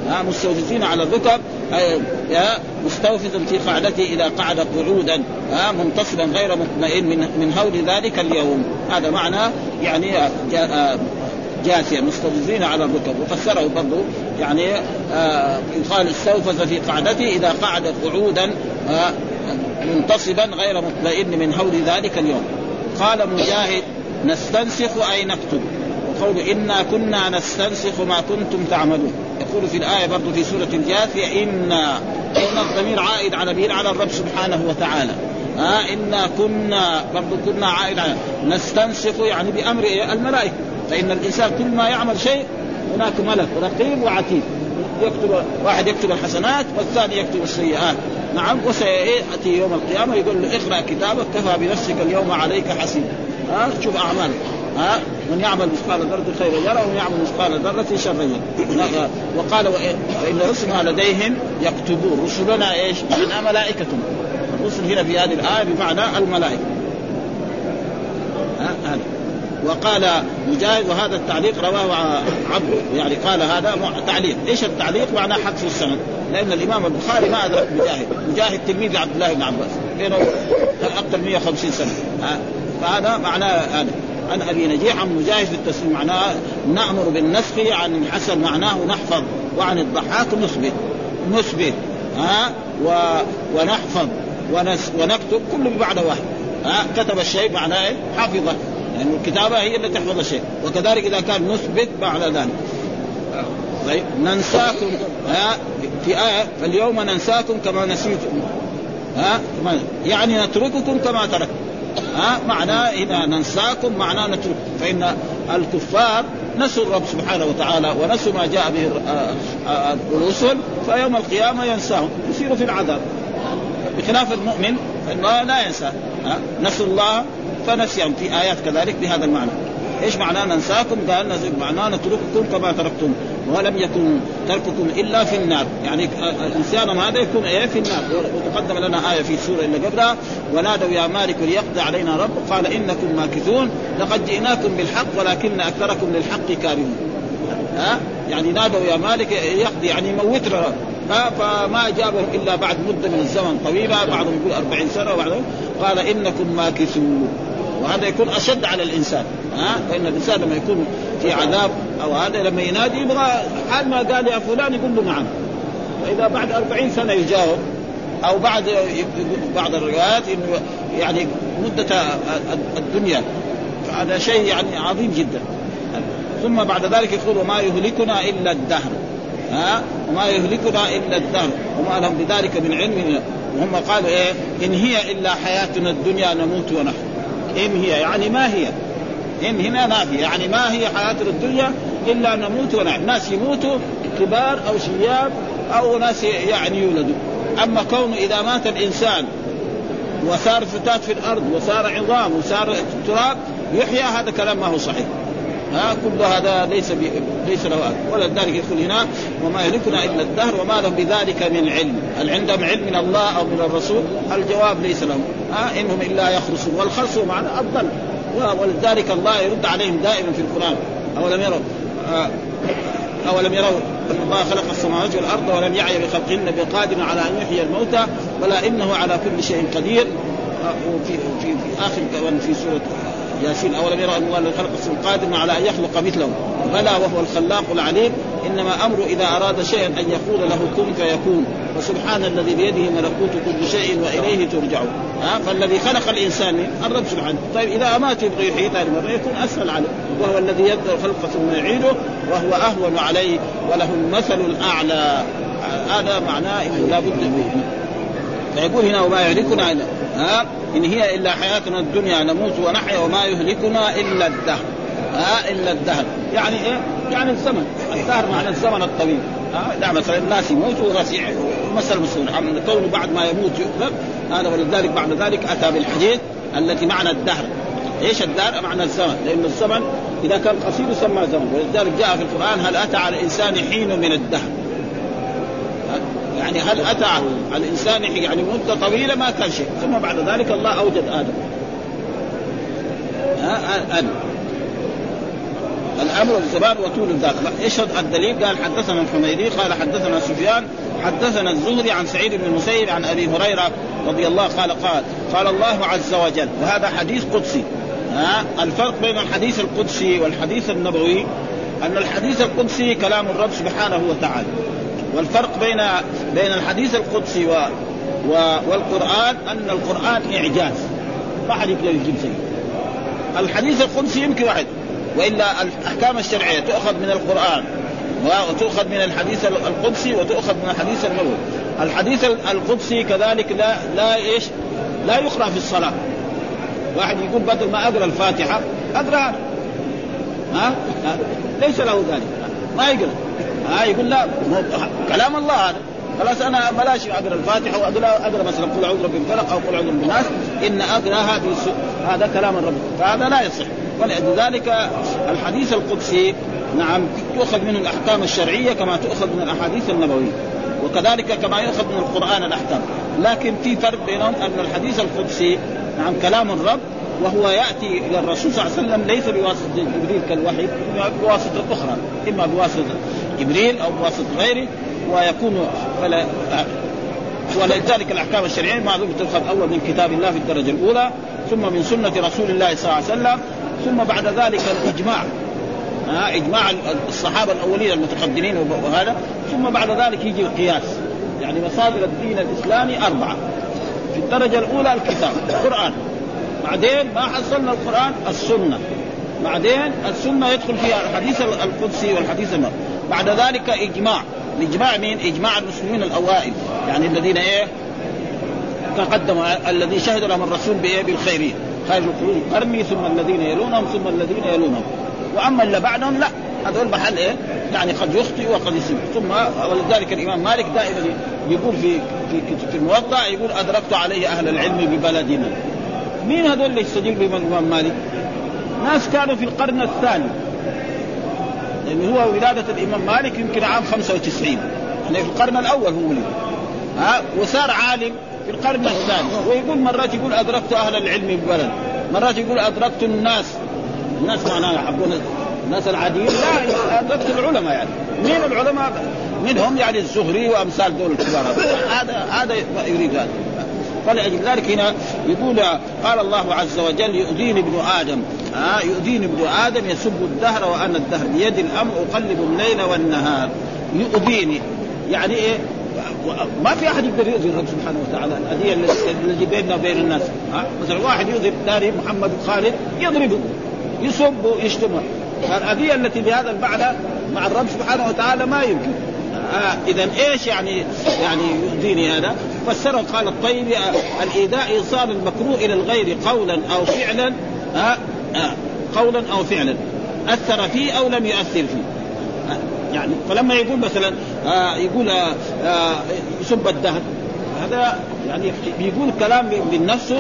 مستوفزين على الركب مستوفزا في قعدته إذا قعد قعودا منتصبا غير مطمئن من هول ذلك اليوم. هذا معنى يعني جاثيا مستوفزين على الركب. وفسره برضو يعني يقال استوفز في قعدته إذا قعد قعودا منتصبا غير مطمئن من هول ذلك اليوم. قال مجاهد نستنسخ أي نكتب. وقول إنا كنا نستنسخ ما كنتم تعملون. يقول في الآية برضو في سورة الجاثية إنا الضمير عائد على الرب سبحانه وتعالى. إنا كنا برضو كنا عائد على نستنسخ يعني بأمر الملائكة. فإن الإنسان كل ما يعمل شيء هناك ملك رقيب وعتيد يكتب، واحد يكتب الحسنات والثاني يكتب السيئات. نعم. وسيأتي يوم القيامة يقول له اقرأ كتابك كفى بنفسك اليوم عليك حسيب. شوف أعمالك. من يعمل مثقال ذرة خيرا يره ومن يعمل مثقال ذرة شرا يره. وقال وإن رسلنا لديهم يكتبون. رسلنا إيش؟ معنى ملائكتهم. الرسل هنا في هذه الآية بمعنى الملائكة. هذا. وقال مجاهد وهذا التعليق رواه عبد، يعني قال هذا تعليق. ايش التعليق؟ معناه حذف السند، لأن الإمام البخاري ما أدرك مجاهد تلميذ عبد الله بن عباس بينه أكثر 150 سنة. فهذا معناه هذا. عن أبي نجيح عن مجاهد في التسليم معناه نأمر بالنسخ، عن الحسن معناه نحفظ، وعن الضحاك نثبت ونحفظ ونكتب كله بمعنى واحد. كتب الشيء معناه حفظه، يعني الكتابة هي اللي تحفظ الشيء. وكذلك إذا كان نثبت معنى ذلك. طيب ننساكم في آية فاليوم ننساكم كما نسيتم يعني نترككم كما تركتم. معناه إذا ننساكم معناه نترك. فإن الكفار نسوا الرب سبحانه وتعالى ونسوا ما جاء به الرسل، فيوم القيامة ينساهم يصيروا في العذاب. بخلاف المؤمن فإنه لا ينسى. نسوا الله فنسيهم في آيات كذلك بهذا المعنى. إيش معناه ننساكم؟ قال معناه نترككم كما تركتم ولم يكن ترككم إلا في النار. يعني الإنسان هذا يكون في النار. وتقدم لنا آية في سورة اللي قبلها ونادوا يا مالك ليقضي علينا رب قال إنكم ماكثون لقد جئناكم بالحق ولكن أكثركم للحق كارهون. يعني نادوا يا مالك يقضي يعني يموتنا رب. فما أجابهم إلا بعد مدة من الزمن طويلة، بعضهم يقول 40 سنة وبعضهم قال إنكم ماكثون. وهذا يكون أشد على الإنسان. فإن الإنسان لما يكون في عذاب أو هذا لما ينادي يبغى حال ما قال يا فلان يقول له نعم. فإذا بعد 40 سنة يجاوب أو بعد الروايات إنه يعني مدة الدنيا، فهذا شيء يعني عظيم جدا. ثم بعد ذلك يقول وما يهلكنا إلا الدهر. وما يهلكنا إلا الدهر وما لهم بذلك من علم. وهم قالوا إن هي إلا حياتنا الدنيا نموت ونحن. إن هي يعني ما هي، إن هنا نافية يعني ما هي حياتنا الدنيا إلا نموت ونحن. ناس يموتوا كبار أو شياب أو ناس يعني يولدوا. أما كونه إذا مات الإنسان وصار فتات في الأرض وصار عظام وصار تراب يحيى، هذا كلام ما هو صحيح. كل هذا ليس له ولذلك يقول هنا وما يهلكنا إلا الدهر وما لهم بذلك من علم. هل عندهم علم من الله أو من الرسول؟ الجواب ليس لهم. إنهم إلا يخرصون. والخرص معنى الضل. ولذلك الله يرد عليهم دائما في القرآن أولم يروا أن الله خلق السماوات والأرض ولم يعي بخلقهن بقادر على أن يحيي الموتى ولا إنه على كل شيء قدير. في آخر كمان في سورة ياسين أولم يروا أن الله خلق السماوات قادر على أن يخلق مثله بلى وهو الخلاق العليم إنما أمره إذا أراد شيئا أن يقول له كن فيكون وسبحان الذي بيده ملكوت كل شيء وإليه ترجعون. فالذي خلق الإنسان الرب سبحانه. طيب إذا أمات يبغى يحيي ثاني مرة يكون أسهل عليه، وهو الذي يبدأ الخلق ثم يعيده وهو أهون عليه وله المثل الأعلى. هذا معناه إنه لا بد منه. فيقول هنا وما يهلكنا إن هي إلا حياتنا الدنيا نموت ونحيا وما يهلكنا إلا الدهر. إلا الدهر يعني إيه؟ يعني الزمن. الدهر معنى الزمن الطويل. نعم مثلا الناس يموتوا وراسي مثل مسؤول عن كونه بعد ما يموت يؤذب. هذا ولذلك بعد ذلك أتى بالحديث التي معنى الدهر. إيش الدهر؟ معنى الزمن، لأن الزمن إذا كان قصير يسمى زمن. ولذلك جاء في القرآن هل أتى على الإنسان حين من الدهر. يعني هل أتى على الإنسان يعني مدة طويلة ما كان شيء ثم بعد ذلك الله أوجد آدم. الأمر والزمان وطول الذات. إيش الدليل؟ قال حدثنا الحميدي قال حدثنا سفيان حدثنا الزهري عن سعيد بن المسيب عن أبي هريرة رضي الله قال الله عز وجل، وهذا حديث قدسي. الفرق بين الحديث القدسي والحديث النبوي أن الحديث القدسي كلام الرب سبحانه وتعالى، والفرق بين الحديث القدسي والقرآن أن القرآن إعجاز، ما حد يقدر يجيب شيء. الحديث القدسي يمكن واحد، وإلا الأحكام الشرعية تؤخذ من القرآن وتؤخذ من الحديث القدسي وتؤخذ من الحديث النبوي. الحديث القدسي كذلك لا يقرأ في الصلاة. واحد يقول بدل ما أقرأ الفاتحة أقرأ ليس له ذلك، ما يقرأ يقول لا كلام الله هذا، خلاص أنا بلاش أقرأ الفاتحة وأقرأ مثلا قل أعوذ برب الفلق أو قل أعوذ برب الناس، إن أقرأ هذا كلام الرب، فهذا لا يصح. ولذلك الحديث القدسي نعم تؤخذ منه الأحكام الشرعية كما تؤخذ من الأحاديث النبوية، وكذلك كما يؤخذ من القرآن الأحكام. لكن في فرق بينهم أن الحديث القدسي نعم كلام الرب، وهو يأتي إلى الرسول صلى الله عليه وسلم ليس بواسطة جبريل كالوحي، بواسطة أخرى، إما بواسطة جبريل أو بواسطة غيره، ويكون ولذلك الأحكام الشرعية معلومة تؤخذ أول من كتاب الله في الدرجة الأولى، ثم من سنة رسول الله صلى الله عليه وسلم، ثم بعد ذلك الإجماع إجماع الصحابة الأولين المتقدمين وهذا، ثم بعد ذلك يجي القياس. يعني مصادر الدين الإسلامي 4. في الدرجة الأولى الكتاب القرآن، بعدين ما حصلنا القرآن السنة، بعدين السنة يدخل فيها الحديث القدسي والحديث النبوي، بعد ذلك إجماع. الإجماع مين؟ إجماع المسلمين الأوائل، يعني الذين تقدم الذي شهد لهم الرسول بالخيرية، خير القرون قرني ثم الذين يلونهم ثم الذين يلونهم، وأما اللي بعدهم لا، هذول محل يعني قد يخطئ وقد يصيب. ثم ولذلك الإمام مالك دائما يقول في الموطأ يقول أدركت عليه أهل العلم ببلدنا. مين هذول اللي يستجيب بهم الإمام مالك؟ ناس كانوا في القرن الثاني، لأن هو ولادة الإمام مالك يمكن عام 95، يعني في القرن الأول هو ولد، وصار عالم في القرن الثاني، ويقول مرات يقول أدركت أهل العلم ببلد، مرات يقول أدركت الناس معناها يحبون الناس العاديين، لا أدركت العلماء. يعني مين العلماء؟ منهم يعني الزهري وأمثال دول الكبار، هذا يريد هذا. فلأجل ذلك هنا يقول قال الله عز وجل يؤذيني ابن آدم، يؤذيني ابن آدم يسب الدهر وأنا الدهر بيد الأمر أقلب الليل والنهار. يؤذيني يعني إيه؟ ما في أحد يقدر يؤذي الرب سبحانه وتعالى. الأذية التي بيننا وبين الناس، مثلا واحد يؤذي داري محمد خالد يضربه يسبه يشتمه، الأذية التي بهذا المعنى مع الرب سبحانه وتعالى ما يمكن. إذن إيش يعني يؤذيني هذا؟ فسره قال الطيب الإيذاء إيصال المكروه إلى الغير قولا أو فعلا، قولا أو فعلا أثر فيه أو لم يؤثر فيه. يعني فلما يقول مثلا يقول يسب الدهر، هذا يعني بيقول كلام من نفسه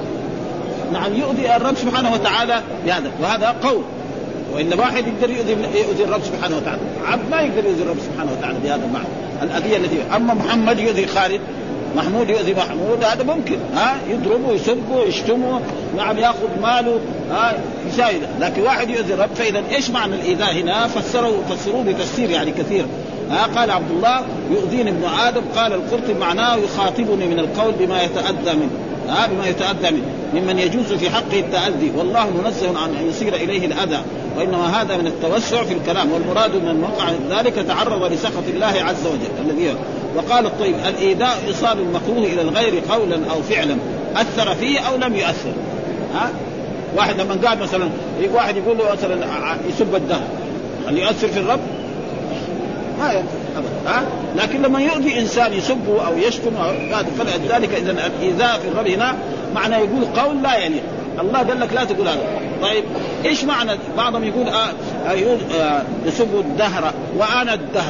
نعم يؤذي الرب سبحانه وتعالى بهذا، وهذا قول. وإن واحد يقدر يؤذي الرب سبحانه وتعالى، عبد ما يقدر يؤذي الرب سبحانه وتعالى بهذا المعنى الأذية التي. أما محمد يؤذي خالد، محمود يؤذي محمود، هذا ممكن يضربه يسبه يشتمه نعم يأخذ ماله يساعد. لكن واحد يؤذي الرب، فإذا إيش معنى الإيذاء هنا؟ فسروه بتفسير يعني كثير. قال عبد الله يؤذيني ابن آدم، قال القرطبي معناه يخاطبني من القول بما يتأذى منه، بما يتأذى منه ممن يجوز في حقه التأذي، والله منزه عن أن يصير إليه الأذى، وإنما هذا من التوسع في الكلام، والمراد من الموقع ذلك تعرض لسخط الله عز وجل الذي. وقال الطيب الإيذاء إيصال المكروه إلى الغير قولا أو فعلا أثر فيه أو لم يؤثر. واحد لما قال مثلا واحد يقول له مثلا يسب الدهر، هل يؤثر في الرب؟ ما يؤثر. لكن لما يؤذي إنسان يسبه أو يشتمه فلذلك إذن الإيذاء في الرب هنا معنى يقول قول لا يليق. الله قال لك لا تقول هذا. طيب إيش معنى؟ بعضهم يقول يسب الدهر وأنا الدهر،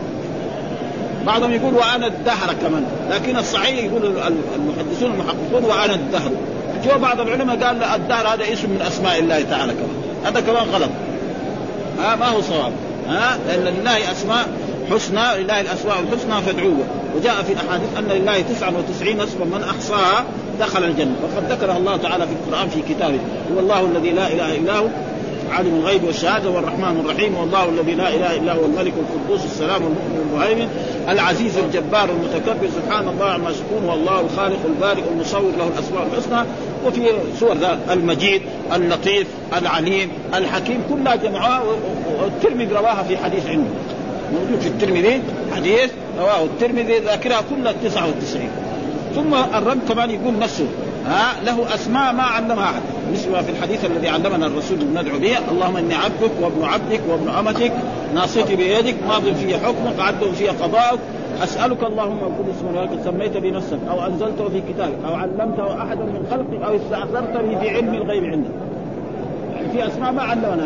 بعضهم يقول وأنا الدهر كمان، لكن الصحيح يقول المحدثون المحققون وأنا الدهر. جو بعض العلماء قال الدهر هذا اسم من أسماء الله تعالى كمان، هذا كمان غلط، ما هو صواب. لأن لله أسماء حسنى، لله الأسماء الحسنى فادعوه. وجاء في الأحاديث أن لله 99 اسما من أحصاها دخل الجنة، وقد ذكرها الله تعالى في القرآن في كتابه، هو الله الذي لا إله إلا هو عالم الغيب والشهادة والرحمن الرحيم والله الذي لا إله إلا هو الملك القدوس السلام المؤمن المهيمن العزيز الجبار المتكبر سبحان الله عما يشركون والله الخالق البارئ المصور له الأسماء الحسنى. وفي سور المجيد اللطيف العليم الحكيم كلها جمعها، والترمذي رواها في حديث عنده موجود في الترمذي حديث رواه الترمذي ذاكرها كلها 99. ثم الرب كمان يقول نفسه له أسماء ما علمها أحد، مثل ما في الحديث الذي علمنا الرسول ندعو به اللهم إني عبدك وابن عبدك وابن أمتك ناصيتي بيدك ماض في حكمك عدل في قضاءك أسألك اللهم بكل اسم لك سميت بنفسك أو أنزلته في كتابك أو علمته أحدا من خلقك أو استأثرت به في علم الغيب عندك. يعني في أسماء ما علمنا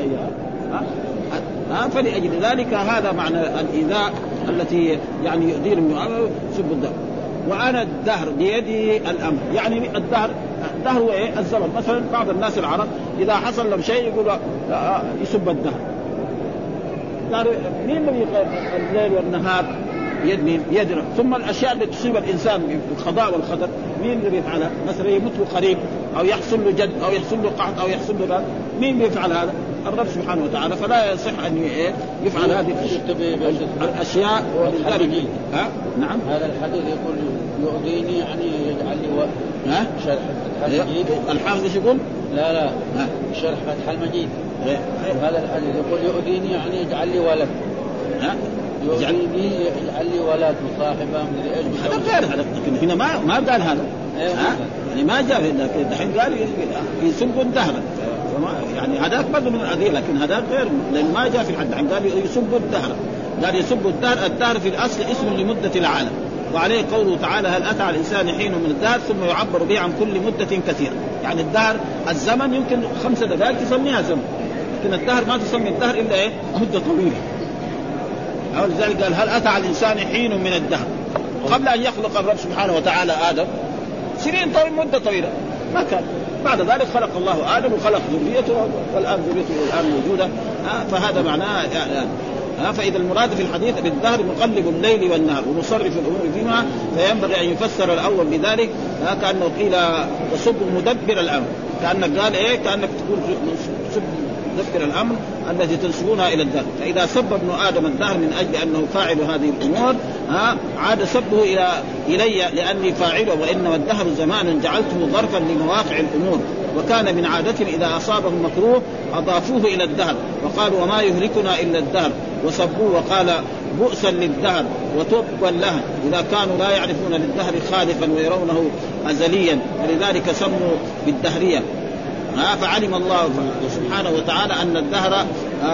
إياها. فلأجل ذلك هذا معنى الإيذاء التي يعني يؤذي من سب الدهر. وأنا الدهر بيدي الأمر، يعني الدهر هو إيه؟ الزمن. مثلا بعض الناس العرب إذا حصل لهم شيء يقول يسب الدهر. قالوا مين اللي الليل والنهار يدرى. ثم الأشياء اللي تصيب الإنسان بالقضاء والقدر مين اللي بيفعلها؟ مثلا يموت قريب أو يحصل له جد أو يحصل له قحط أو يحصل له غاد، مين بيفعل هذا؟ الرب سبحانه وتعالى. فلا يصح أن يفعل هذه الأشياء. ولذلك نعم هذا الحديث يقول يؤذيني يعني يجعل لي شرح فتح المجيد. الحافظ ايش يقول؟ لا شرح فتح المجيد. هذا الحديث يقول يؤذيني يعني يجعل لي ولد. يؤذيني يجعل لي ولد مصاحبه من ايش. هذا غير هذا، لكن هنا ما قال هذا. يعني ما جاء الحين قال يسب الدهر، يعني هذاك برضه من الأذية، لكن هذاك غير، لأن ما جاء في الحد. قال يسب الدهر، قال يسب الدهر في الأصل اسم لمدة العالم، وعليه قوله تعالى هل أتى على الإنسان حين من الدهر ثم يعبر به عن كل مدة كثيرة. يعني الدهر الزمن يمكن 5 دقائق تسميها زمن، لكن الدهر ما تسمي الدهر إلا مدة طويلة. ولذلك قال هل أتى على الإنسان حين من الدهر، قبل أن يخلق الرب سبحانه وتعالى آدم سنين طويل مدة طويلة ما كان. بعد ذلك خلق الله آدم وخلق ذريته، والآن ذريته الآن موجودة. فهذا معناه فإذا المراد في الحديث بالدهر مقلب الليل والنهار ومصرف الأمور فيما، فينبغي أن يفسر الأول بذلك كأنه قيل وسب مدبر الأمر، كأنك قال كأنك تقول سب مدبر الأمر الذي تنسبونها إلى الدهر. فإذا سب ابن آدم الدهر من أجل أنه فاعل هذه الأمور عاد سبه إلي لأني فاعله، وإنما الدهر زمان جعلته ظرفا لمواقع الأمور، وكان من عادتهم إذا أصابهم مكروه أضافوه إلى الدهر وقالوا وما يهلكنا إلا الدهر، وسبوه وقال بؤسا للدهر وتوبا له إذا كانوا لا يعرفون للدهر خالقا ويرونه أزليا، ولذلك سموا بالدهرية. فعلم الله سبحانه وتعالى أن الدهر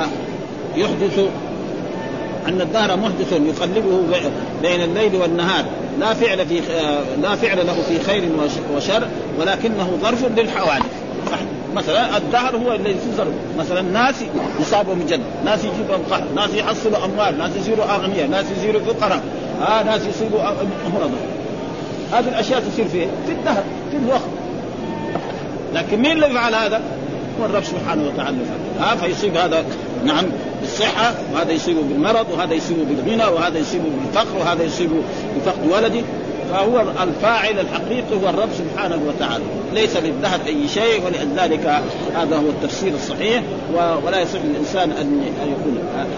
يحدث، أن الدهر محدث يقلبه بين الليل والنهار، لا فعل له في خير وشر، ولكنه ظرف للحوادث. مثلا الدهر هو الذي يظهر، مثلا ناس يصابوا بجد، ناس يجيبوا قهر، ناس يحصلوا أموال، ناس يصيروا أغنياء، ناس يصيروا فقراء، ناس يصيبوا مرضى. هذه الأشياء تصير في الدهر في الوقت. لكن مين اللي يفعل هذا؟ هو الرب سبحانه وتعالى. فيصيب هذا نعم بالصحة، وهذا يصيب بالمرض، وهذا يصيب بالغنى، وهذا يصيب بالفقر، وهذا يصيب بفقد ولده. فهو الفاعل الحقيقي هو الرب سبحانه وتعالى، ليس للدهر أي شيء. ولذلك هذا هو التفسير الصحيح، ولا يصح للإنسان أن يقول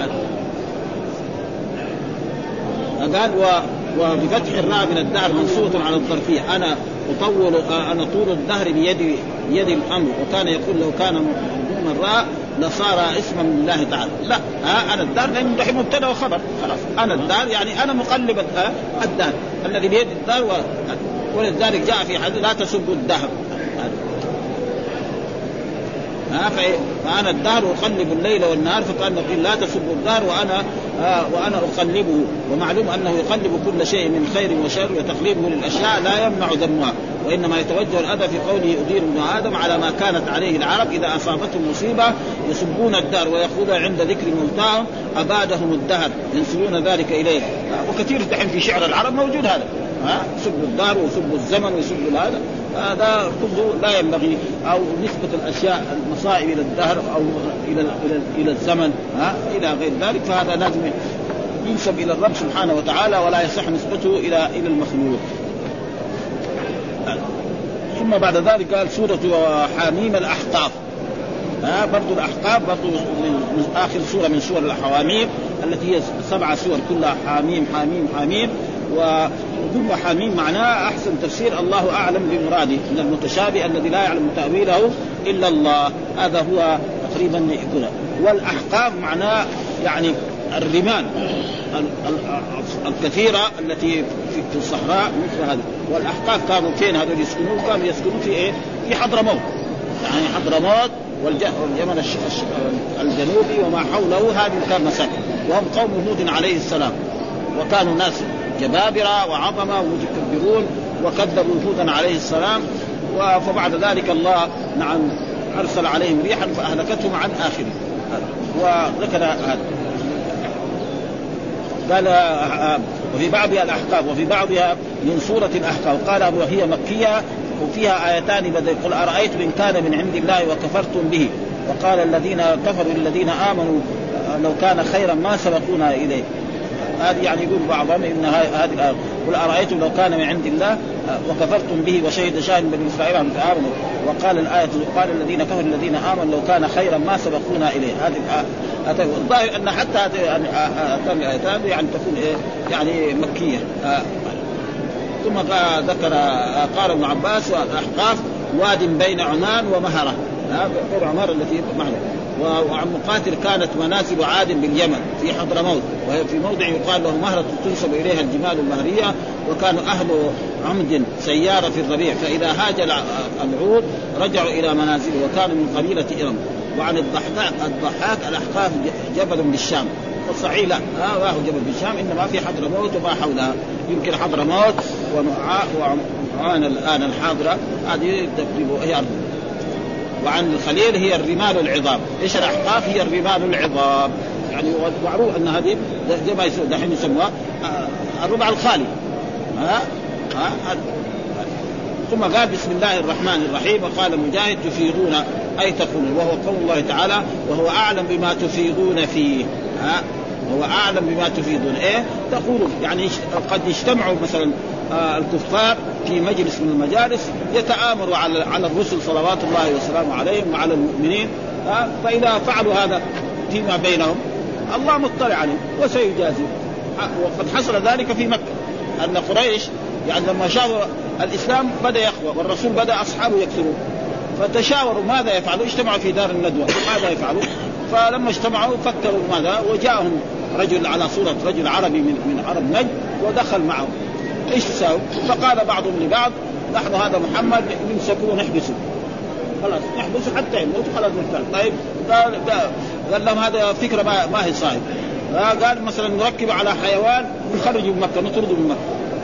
قال وبفتح الراء من الدهر منصوبة على الظرفية. أنا طول الدهر بيد الأمر، وكان يقول لو كان مضموم الراء لصار اسما من الله تعالى. لا أنا الدهر لأنه دحين مبتدأ وخبر، خلاص أنا الدهر يعني أنا مقلب الدهر الذي بيد الدهر. ولذلك جاء في حديث لا تسبوا الدهر. فأنا الدهر أقلب الليل والنهار، فكان يقول لا تسبوا الدهر وأنا أقلبه. ومعلوم أنه يقلب كل شيء من خير وشر، وتقليبه للأشياء لا يمنع ذمها، وإنما يتوجه الأذى في قوله يدير ابن آدم على ما كانت عليه العرب إذا أصابتهم مصيبة يسبون الدهر ويقولون عند ذكر موتاهم أبادهم الدهر ينسبون ذلك إليه. وكثير دحين في شعر العرب موجود هذا، سبوا الدهر وسبوا الزمن وسبوا هذا كله لا ينبغي. أو نسبة الأشياء المصائب إلى الدهر أو إلى الزمن إلى غير ذلك، فهذا لازم ينسب إلى الرب سبحانه وتعالى، ولا يصح نسبته إلى المخلوق. ثم بعد ذلك قال سورة حميم الأحقاف. برضو الأحقاف برضو من آخر سورة من سور الحواميم التي هي 7 سور كلها حاميم حاميم حاميم. وكل حاميم معناه أحسن تفسير الله أعلم بمراده من المتشابه الذي لا يعلم تأويله إلا الله. هذا هو تقريبا يكون. والأحقاف معناه يعني الرمال الكثيرة التي في الصحراء مثل هذا. والأحقاف كانوا فين هذول يسكنون؟ كانوا يسكنون في إيه؟ في حضرموت، يعني حضرموت واليمن الجنوبي وما حوله هذه كان مساكن. وهم قوم هود عليه السلام، وكانوا ناس جبابرة وعظمة ومتكبرون وكذبوا هودا عليه السلام. فبعد ذلك الله أرسل عليهم ريحا فأهلكتهم عن آخره. وذكر هذا قال وفي بعضها الأحقاف وفي بعضها من سورة الأحقاف. قال وهي مكية وفيها آيتان بدأ قل أرأيتم إن كان من عند الله وكفرتم به وقال الذين كفروا للذين آمنوا لو كان خيرا ما سبقونا إليه. هذه يعني يقول بعضهم إن هذه الآية قل أرأيتم لو كان من عند الله وكفرتم به وشهد شاهد بني إسرائيل عن آمنوا وقال الآية قال الذين كفروا الذين آمنوا لو كان خيرا ما سبقونا إليه. هذه الظاهر أن حتى هذه الآيات يعني تكون يعني مكية. ثم ذكر قال ابن عباس والأحقاف واد بين عمان ومهرة، بين عمان التي معنا. وعن مقاتل كانت منازل عاد باليمن في حضرموت وهي في موضع يقال له مهرة تنسب إليها الجمال المهرية. وكان أهل عمد سيارة في الربيع فإذا هاج العود رجعوا إلى منازله وكانوا من قبيلة إرم. وعن الضحاك الأحقاف جبل بالشام والصحيح لا هو جبل بالشام إنما في حضرموت وما حولها يمكن حضرموت وعمان الآن الحاضرة هذه تقريبا هي أرض. وعن الخليل هي الرمال العظام. إيش الأحقاف؟ هي الرمال العظام، يعني معروف أن هذه زي ما دحين يسموها الربع الخالي. ثم قال بسم الله الرحمن الرحيم. وقال مجاهد تفيضون أي تقولون، وهو قول الله تعالى وهو أعلم بما تفيضون فيه. هو أعلم بما تفيضون تقولون، يعني قد يجتمعوا مثلا الكفار في مجلس من المجالس يتآمروا على الرسل صلوات الله وسلامه عليهم وعلى المؤمنين. فإذا فعلوا هذا فيما بينهم الله مطلع عليهم وسيجازي. وقد حصل ذلك في مكة أن قريش يعني لما شافوا الإسلام بدأ يقوى والرسول بدأ أصحابه يكثرون فتشاوروا ماذا يفعلوا. اجتمعوا في دار الندوة ماذا يفعلوا. فلما اجتمعوا فكروا ماذا وجاءهم رجل على صورة رجل عربي من عرب نجد ودخل معهم. ايش تساوي؟ فقال بعضهم لبعض نحن هذا محمد نمسكوه ونحبسه خلاص نحبسه حتى يموت خلاص نرتاح. طيب قال لهم هذا فكرة ما هي صحيح. قال مثلا نركب على حيوان ونخرجه من مكة نطرده من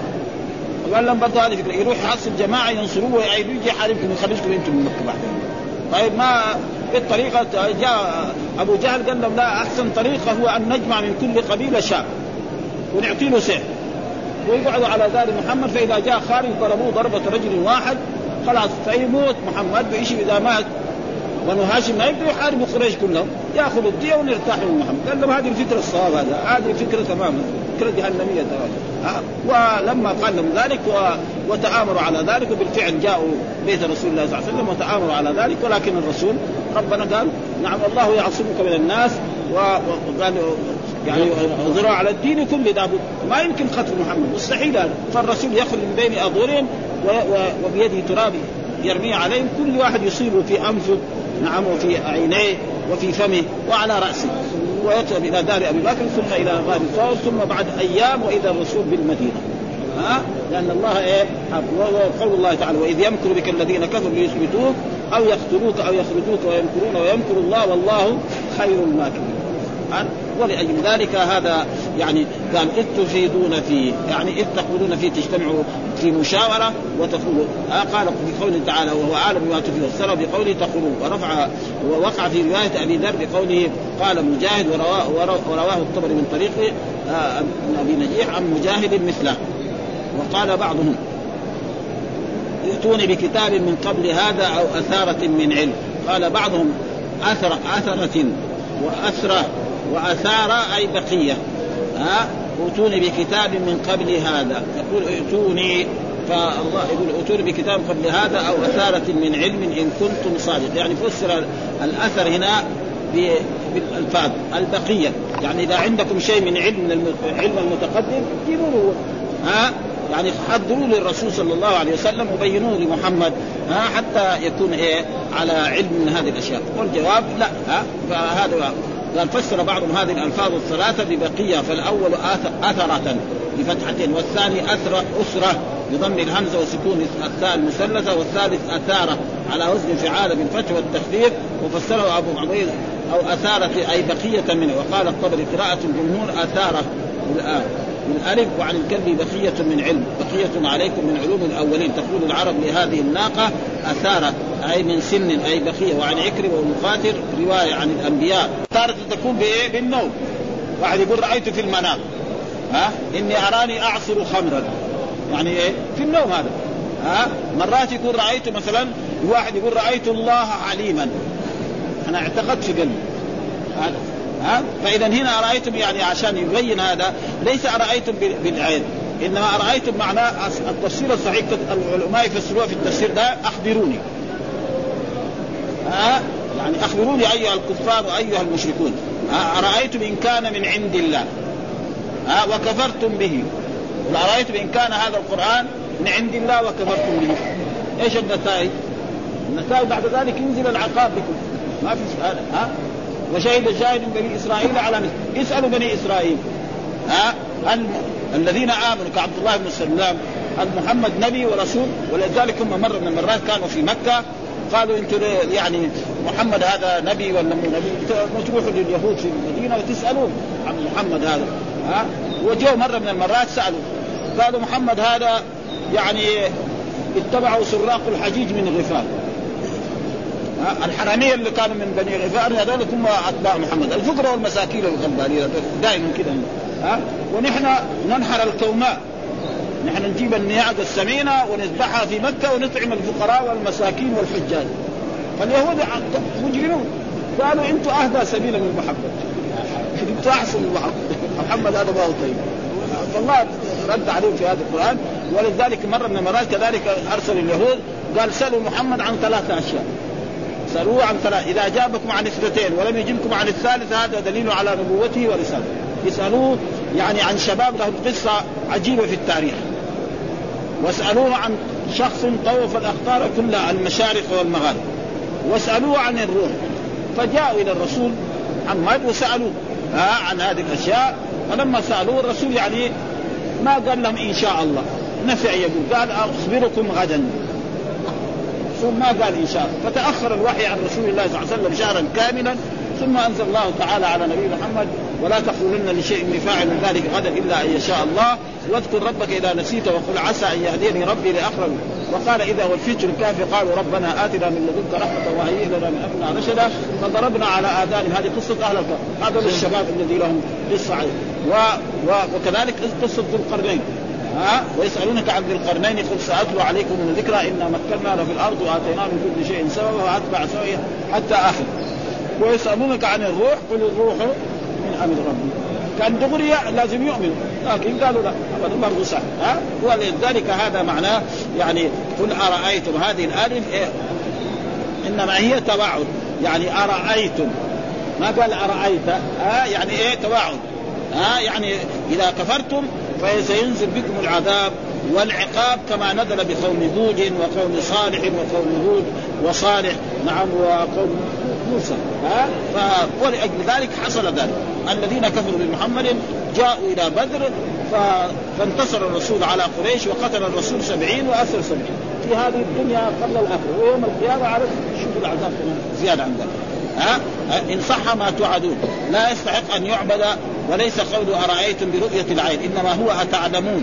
مكة. قال لهم برضه هذه فكرة يروح يحصل جماعة ينصروه ويعيدوا يجي يحاربكم ويخرجكم انتم من مكة بعدين. طيب ما بالطريقة جاء أبو جهل قال لهم لا أحسن طريقة هو أن نجمع من كل قبيلة شاب ونعطي له سيف ويقعدوا على دار محمد فإذا جاء خارج ضربوه ضربة رجل واحد خلاص فيموت محمد بيشي إذا مات بنو هاشم ما يقدروا يحاربوا قريش كلهم يأخذوا الدية ونرتاحوا من محمد. قال لهم هذه الفكرة الصواب هذه فكرة تماما فكرة جهنمية تماما. ولما قال لهم ذلك وتآمروا على ذلك وبالفعل جاءوا بيت رسول الله صلى الله عليه وسلم وتآمروا على ذلك. ولكن الرسول ربنا قال نعم الله يعصمك من الناس وقال يعني ظهروا على الدين كل دابد ما يمكن قتل محمد مستحيل هذا. فالرسول يخرج من بين أظهرهم وبيده تراب يرميه عليهم كل واحد يصيبه في أنفه نعم وفي عينيه وفي فمه وعلى رأسه ويذهب إلى دار أبي بكر ثم إلى غار ثور ثم بعد أيام وإذا الرسول بالمدينة. لأن الله وقول الله تعالى وإذ يمكر بك الذين كفروا ليثبتوك أو يقتلوك أو يخرجوك ويمكرون ويمكر الله والله خير الماكرين. ولأجل ذلك هذا يعني قال إذ تفيدون فيه يعني إذ تقولون فيه تجتمعوا في مشاورة وتقولوا قال في قوله تعالى وهو أعلم بما تفيد السر بقوله تقولون. ووقع في رواية أبي ذر بقوله قال مجاهد ورواه الطبري من طريق أبي نجيح عن مجاهد مثله. وقال بعضهم ائتوني بكتاب من قبل هذا أو أثارة من علم. قال بعضهم أثرة وأثرة وأثار أي بقية. ائتوني بكتاب من قبل هذا يقول ائتوني فالله يقول ائتوني بكتاب قبل هذا أو أثارة من علم إن كنتم صادق. يعني فسر الأثر هنا بالألفاظ البقية، يعني إذا عندكم شيء من علم المتقدم جيبوه، يعني حضروا للرسول صلى الله عليه وسلم وبينوه لمحمد حتى يكون على علم من هذه الأشياء. والجواب لا. فهذا قال فسر بعضهم هذه الألفاظ الثلاثة ببقية، فالأول أثرة بفتحتين، والثاني أسرة بضم الهمزة وسكون الثاء المثلثة، والثالث أثارة على وزن فعال بالفتح والتخفيف، وفسره أبو عبيد أو أثارة أي بقية منه. وقال الطبري قراءة الجمهور أثارة بالألف، وعن الكلب بقية من علم، بقية عليكم من علوم الأولين. تقول العرب لهذه الناقة أثارة أي من سن أي بقية. وعن عكرمة والمقاتل رواية عن الأنبياء أثارة تكون بإيه؟ بالنوم. واحد يقول رأيت في المنام إني أراني أعصر خمرا، يعني إيه؟ في النوم هذا. مرات يقول رأيت مثلا، واحد يقول رأيت الله عليما، أنا اعتقدت في قلبي هذا. فإذا هنا أرأيتم يعني عشان يبين هذا ليس أرأيتم بالعين، إنما أرأيتم معناه التفسير الصحيح. العلماء يفسروها في التفسير ده أخبروني، يعني أخبروني أيها الكفار وأيها المشركون، أرأيتم إن كان من عند الله وكفرتم به، أرأيتم إن كان هذا القرآن من عند الله وكفرتم به، إيش النتائج؟ النتائج بعد ذلك ينزل العقاب بكم، ما في سؤال. وشهد شاهد من بني إسرائيل على مثل. اسألوا بني إسرائيل الذين آمنوا كعبد الله بن سلام هل محمد نبي ورسول؟ ولذلك هم مرة من المرات كانوا في مكة قالوا انتوا يعني محمد هذا نبي ولا مو نبي؟ تروحوا لليهود في المدينة وتسألون عن محمد هذا. وجوا مرة من المرات سألوا قالوا محمد هذا يعني اتبعوا سراق الحجيج من الغفار، الحرامية اللي كانوا من بني غفار هذول هم أتباع محمد، الفقراء والمساكين والغلبانين دائما كده. ونحن ننحر الكوماء، نحن نجيب النياقة السمينة ونذبحها في مكة ونطعم الفقراء والمساكين والحجاج. فاليهود مجرمون قالوا انتوا أهدى سبيلا من محمد، انتوا أحسن من محمد هذا ما هو طيب. فالله رد عليهم في هذا القرآن. ولذلك مرة من المرات كذلك أرسل اليهود قال سألوا محمد عن 3 أشياء، سألوه عن 3، إذا أجابكم عن 2 ولم يجبكم عن الثالثة هذا دليل على نبوته ورسالته. يسألوه يعني عن شباب له قصة عجيبة في التاريخ، واسألوه عن شخص طوف الأقطار كلها المشارق والمغارب، واسألوه عن الروح. فجاءوا إلى الرسول محمد وسألوه عن هذه الأشياء. فلما سألوه الرسول يعني ما قال لهم إن شاء الله، نفع يقول، قال أخبركم غدا، ثم ما قال إن شاء الله. فتأخر الوحي عن رسول الله صلى الله عليه وسلم شهرا كاملا، ثم أنزل الله تعالى على نبي محمد ولا تقولن لشيء من فاعل من ذلك غدا إلا أن يشاء الله، واذكر ربك إذا نسيت وقل عسى أن يهديني ربي لأقرب. وقال إذا هو الفجر الكافي قالوا ربنا آتنا من لدنك رحمة وهيئ لنا من أمرنا رشدا فضربنا على آذانهم. هذه قصة أهل الكهف، هذول الشباب الذي لهم قصة وكذلك قصة ذو القرنين. ويسألونك عن ذي القرنين قل سأتلو عليكم من ذكرى إنا مكنا له في الأرض وآتيناه من كل شيء سببا وأتبع سويا حتى آخر. ويسألونك عن الروح قل الروح من أمر ربي. كان دغري لازم يؤمن، لكن قالوا لا أبدا برضو صح. ولذلك هذا معناه يعني قل أرأيتم هذه الآية إنما هي تباعد، يعني أرأيتم ما قال أرأيت يعني إيه تباعد. يعني إذا كفرتم فسينزل بكم العذاب والعقاب كما نزل بقوم هود وقوم صالح وقوم هود وصالح نعم وقوم موسى. ولأجل ذلك حصل ذلك. الذين كفروا بمحمد جاءوا إلى بدر فانتصر الرسول على قريش وقتل الرسول 70 وأسر 70 في هذه الدنيا قبل الآخرة، ويوم القيامة عرف شوف العذاب زيادة عن ذلك. إن صح ما توعدون لا يستحق أن يعبد، وليس قول أرأيتم برؤية العين إنما هو أتعلمون.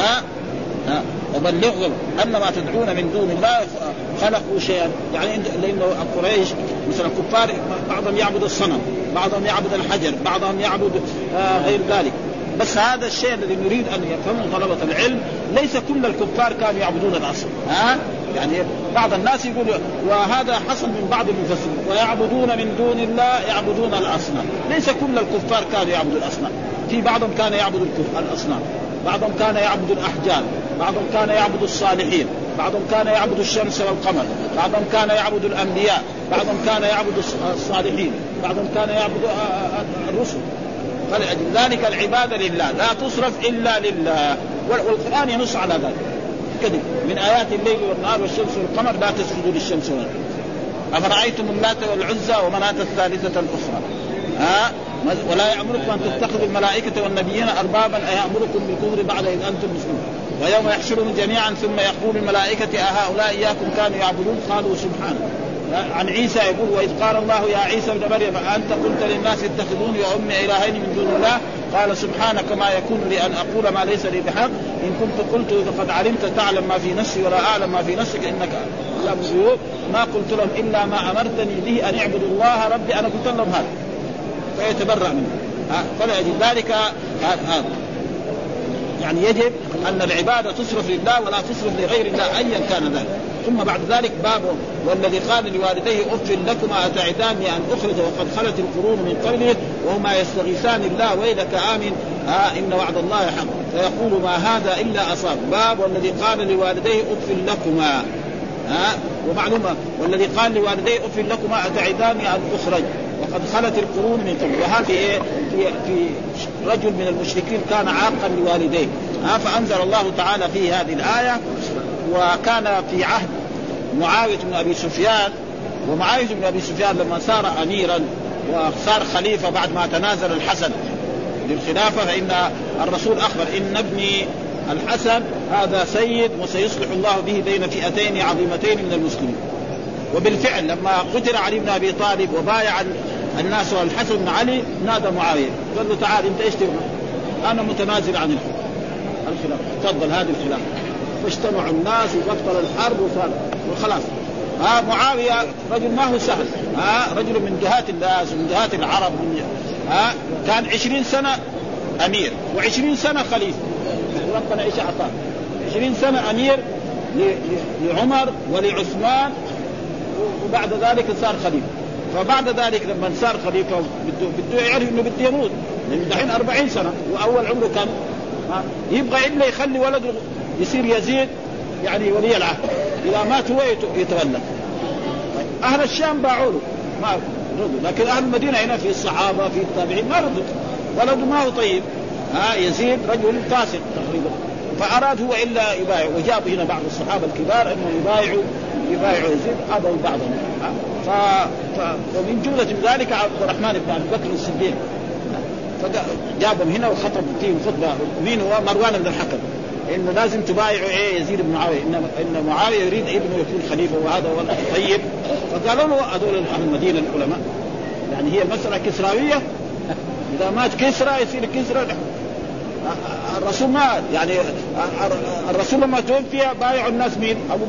وبلغهم أن ما تدعون من دون الله خلقوا شيئا، يعني لأنه قريش مثلا كفار بعضهم يعبد الصنم، بعضهم يعبد الحجر، بعضهم يعبد غير ذلك. بس هذا الشيء الذي نريد أن يفهمه طلبة العلم، ليس كل الكفار كانوا يعبدون الأصنام. يعني بعض الناس يقول وهذا حصل من بعض المفسرين ويعبدون من دون الله يعبدون الأصنام. ليس كل الكفار كانوا يعبدوا الأصنام، في بعضهم كان يعبد الأصنام، بعضهم كان يعبد الأحجار، بعضهم كان يعبد الصالحين، بعضهم كان يعبد الشمس والقمر، بعضهم كان يعبد الأنبياء، بعضهم كان يعبد الصالحين، بعضهم كان يعبد الرسل. فلذلك العبادة لله لا تصرف إلا لله، والقرآن ينص على ذلك كذب من آيات الليل والنهار والشمس والقمر لا تسجدوا للشمس والقمر أفرأيتم اللات والعزى ومناة الثالثة الأخرى ولا يأمركم أن تتخذوا الملائكة والنبيين أربابا أيأمركم بالكفر بعد إذ أنتم مسلمون ويوم يحشرهم جميعا ثم يقول الملائكة أهؤلاء إياكم كانوا يعبدون قالوا سبحانه. عن عيسى يقول وإذ قال الله يا عيسى ابن مريم أنت قلت للناس اتخذوني وأمي إلهين من دون الله قال سبحانك ما يكون لي أن أقول ما ليس لي بحق إن كنت قلت فقد علمت تعلم ما في نفسي ولا أعلم ما في نفسك إنك لا مغيب ما قلت لهم إلا ما أمرتني به أن يعبدوا الله ربي أنا قلت لهم هذا فيتبرأ منه. فلأجل ذلك يعني يجب أن العبادة تصرف لله ولا تصرف لغير الله أيا كان ذلك. ثم بعد ذلك باب والذي قال لوالديه أف لكما أتعداني أن أخرج وقد خلت القرون من قبله وهما يستغيثان الله ويلك آمن إن وعد الله حق فيقول ما هذا إلا أصاب. باب والذي قال لوالديه أف لكما ومعلومة والذي قال لوالديه أف لكما أتعداني أن أخرج وقد خلت القرون من قبل. وهذه في رجل من المشركين كان عاقا لوالديه فأنزل الله تعالى فيه هذه الآية. وكان في عهد معاوية بن أبي سفيان ومعاوية بن أبي سفيان لما صار أميرا وصار خليفة بعد ما تنازل الحسن للخلافة فإن الرسول أخبر إن ابني الحسن هذا سيد وسيصلح الله به بين فئتين عظيمتين من المسلمين. وبالفعل لما قتل علي بن أبي طالب وبايع الناس والحسن بن علي نادى معاوية قال له تعال انت ايش تبغى انا متنازل عن الخلافة تفضل هذه الخلافة. فاجتمعوا الناس وبطل الحرب وخلاص. معاوية رجل ما هو سهل رجل من جهات الناس ومن جهات العرب كان 20 سنة أمير و20 سنة خليفة وربنا إيش أعطاه 20 سنة أمير لعمر ولعثمان وبعد ذلك صار خليفة. فبعد ذلك لما صار خليفة بده يعرف إنه بده يموت لأنه دحين 40 سنة وأول عمره كان يبغى إلا يخلي ولده يصير يزيد يعني ولي العهد إذا مات هو يتولى. أهل الشام باعوا له ما ردوا لكن أهل المدينة هنا في الصحابة في التابعين ما ردوا ولده ما هو طيب يزيد رجل فاسق تقريبا فأراد هو إلا يبايع وجاب هنا بعض الصحابة الكبار أنه يبايعوا يزيد أبوا بعضهم ومن جملة ذلك عبد الرحمن بن أبي بكر الصديق فجابهم هنا وخطب فيهم خطبة مين هو مروان بن الحكم إنه لازم تبايعوا يزيد بن معاوية إن معاوية يريد ابنه يكون خليفة وهذا هو طيب. فقالوا له هذول أهل المدينة العلماء يعني هي المسألة كسراوية إذا مات كسرى يصير كسرى. الرسول ما يعني الرسول لما توفي بايعوا الناس مين أبو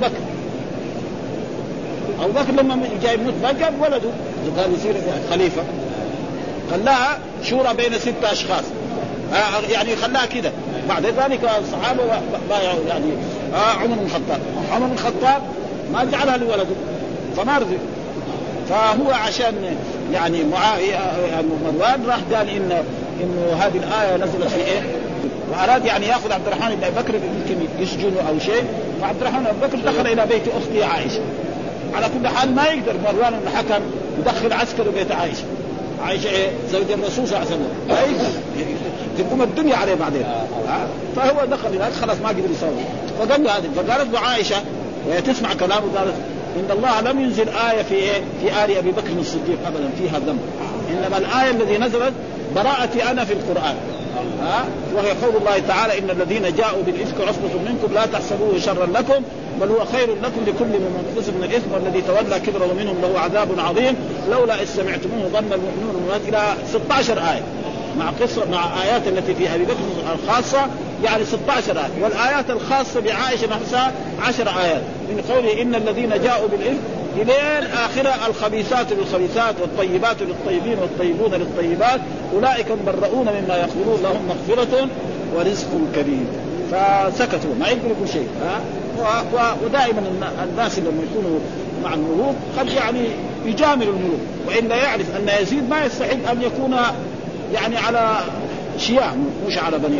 بكر لما جاي يموت ما جاب ولده قال يصير خليفة خلاها شورى بين 6 أشخاص يعني خلاها كده. بعد ذلك الصحابة بايعوا يعني عمر بن الخطاب ما جعلها لولده فما رضي. فهو عشان يعني مروان راح قال إنه هذه الآية نزلت في إيه وأراد يعني يأخذ عبد الرحمن بن أبي بكر يمكن يسجنه أو شيء. فعبد الرحمن بن أبي بكر دخل إلى بيت أختي عائشة. على كل حال ما يقدر مروان بن الحكم يدخل عسكر بيت عائشة زوج الرسول صلى الله عليه وسلم تقوم الدنيا عليه بعدين فهو دخل هناك خلاص ما قدر يسوي. فقال له هذه فقالت له عائشة وهي تسمع كلامه قالت إن الله لم ينزل آية في آل أبي بكر الصديق أبدا فيها ذنب إنما الآية الذي نزلت براءتي أنا في القرآن وهي قول الله تعالى إن الذين جاءوا بالإفك عصبة منكم لا تحسبوه شرا لكم بل هو خير لكم لكل من قسم من الإثم والذي تولى كبره منهم له عذاب عظيم لولا إذ سمعتموه ظن المؤمنون إلى 16 آية مع آيات التي في أبي بكر الخاصة يعني 16 آية والآيات الخاصة بعائشة نفسها 10 آيات من قوله إن الذين جاءوا بالإفك إلين آخرة الخبيثات للخبيثات والطيبات للطيبين والطيبون للطيبات أولئك مبرؤون مما يقولون لهم مغفرة ورزق كريم. فسكتوا ما يقولوا شيء ودائما الناس لما يكونوا مع الملوك قد يعني يجامل الملوك وإلا يعرف أن يزيد ما يستحق أن يكون يعني على شياع مش على بني آدم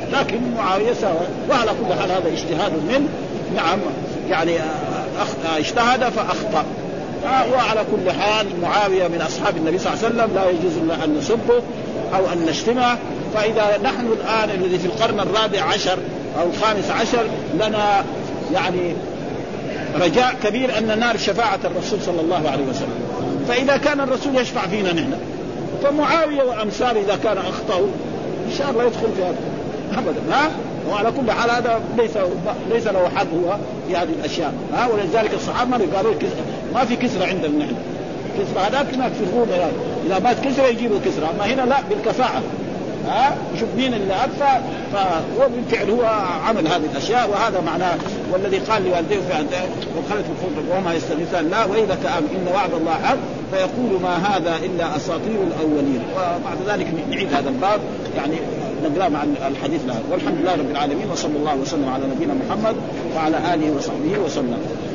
لكن معاوية سوى. وعلى كل حال هذا اجتهاد منه. نعم يعني اجتهد فأخطأ. وعلى كل حال معاوية من أصحاب النبي صلى الله عليه وسلم لا يجوز لنا أن نسبه أو أن نشتمه. فإذا نحن الآن الذي في القرن الرابع عشر أو الخامس عشر لنا يعني رجاء كبير أن ننال شفاعة الرسول صلى الله عليه وسلم. فإذا كان الرسول يشفع فينا نحن فمعاوية وأمثال إذا كان أخطأوا إن شاء الله يدخل في هذا أبدا. لا وعلى كل حال هذا ليس له حد هو في هذه الأشياء. ولذلك الصحابة قالوا ما في كسرة عندنا نحن. كسرة هذاك ما يكسرون إذا مات كسرة يجيبوا كسرة. أما هنا لا بالكفاءة. شوف مين اللي أدفع فهو بالفعل هو عمل هذه الأشياء. وهذا معناه والذي قال لوالديه وخلت الخلق وما يستغيثان لا وإذا كأم إن وعد الله حق فيقول ما هذا إلا أساطير الأولين. وبعد ذلك نعيد هذا الباب يعني نقرأ مع الحديث له. والحمد لله رب العالمين وصلى الله وسلم على نبينا محمد وعلى آله وصحبه وسلم.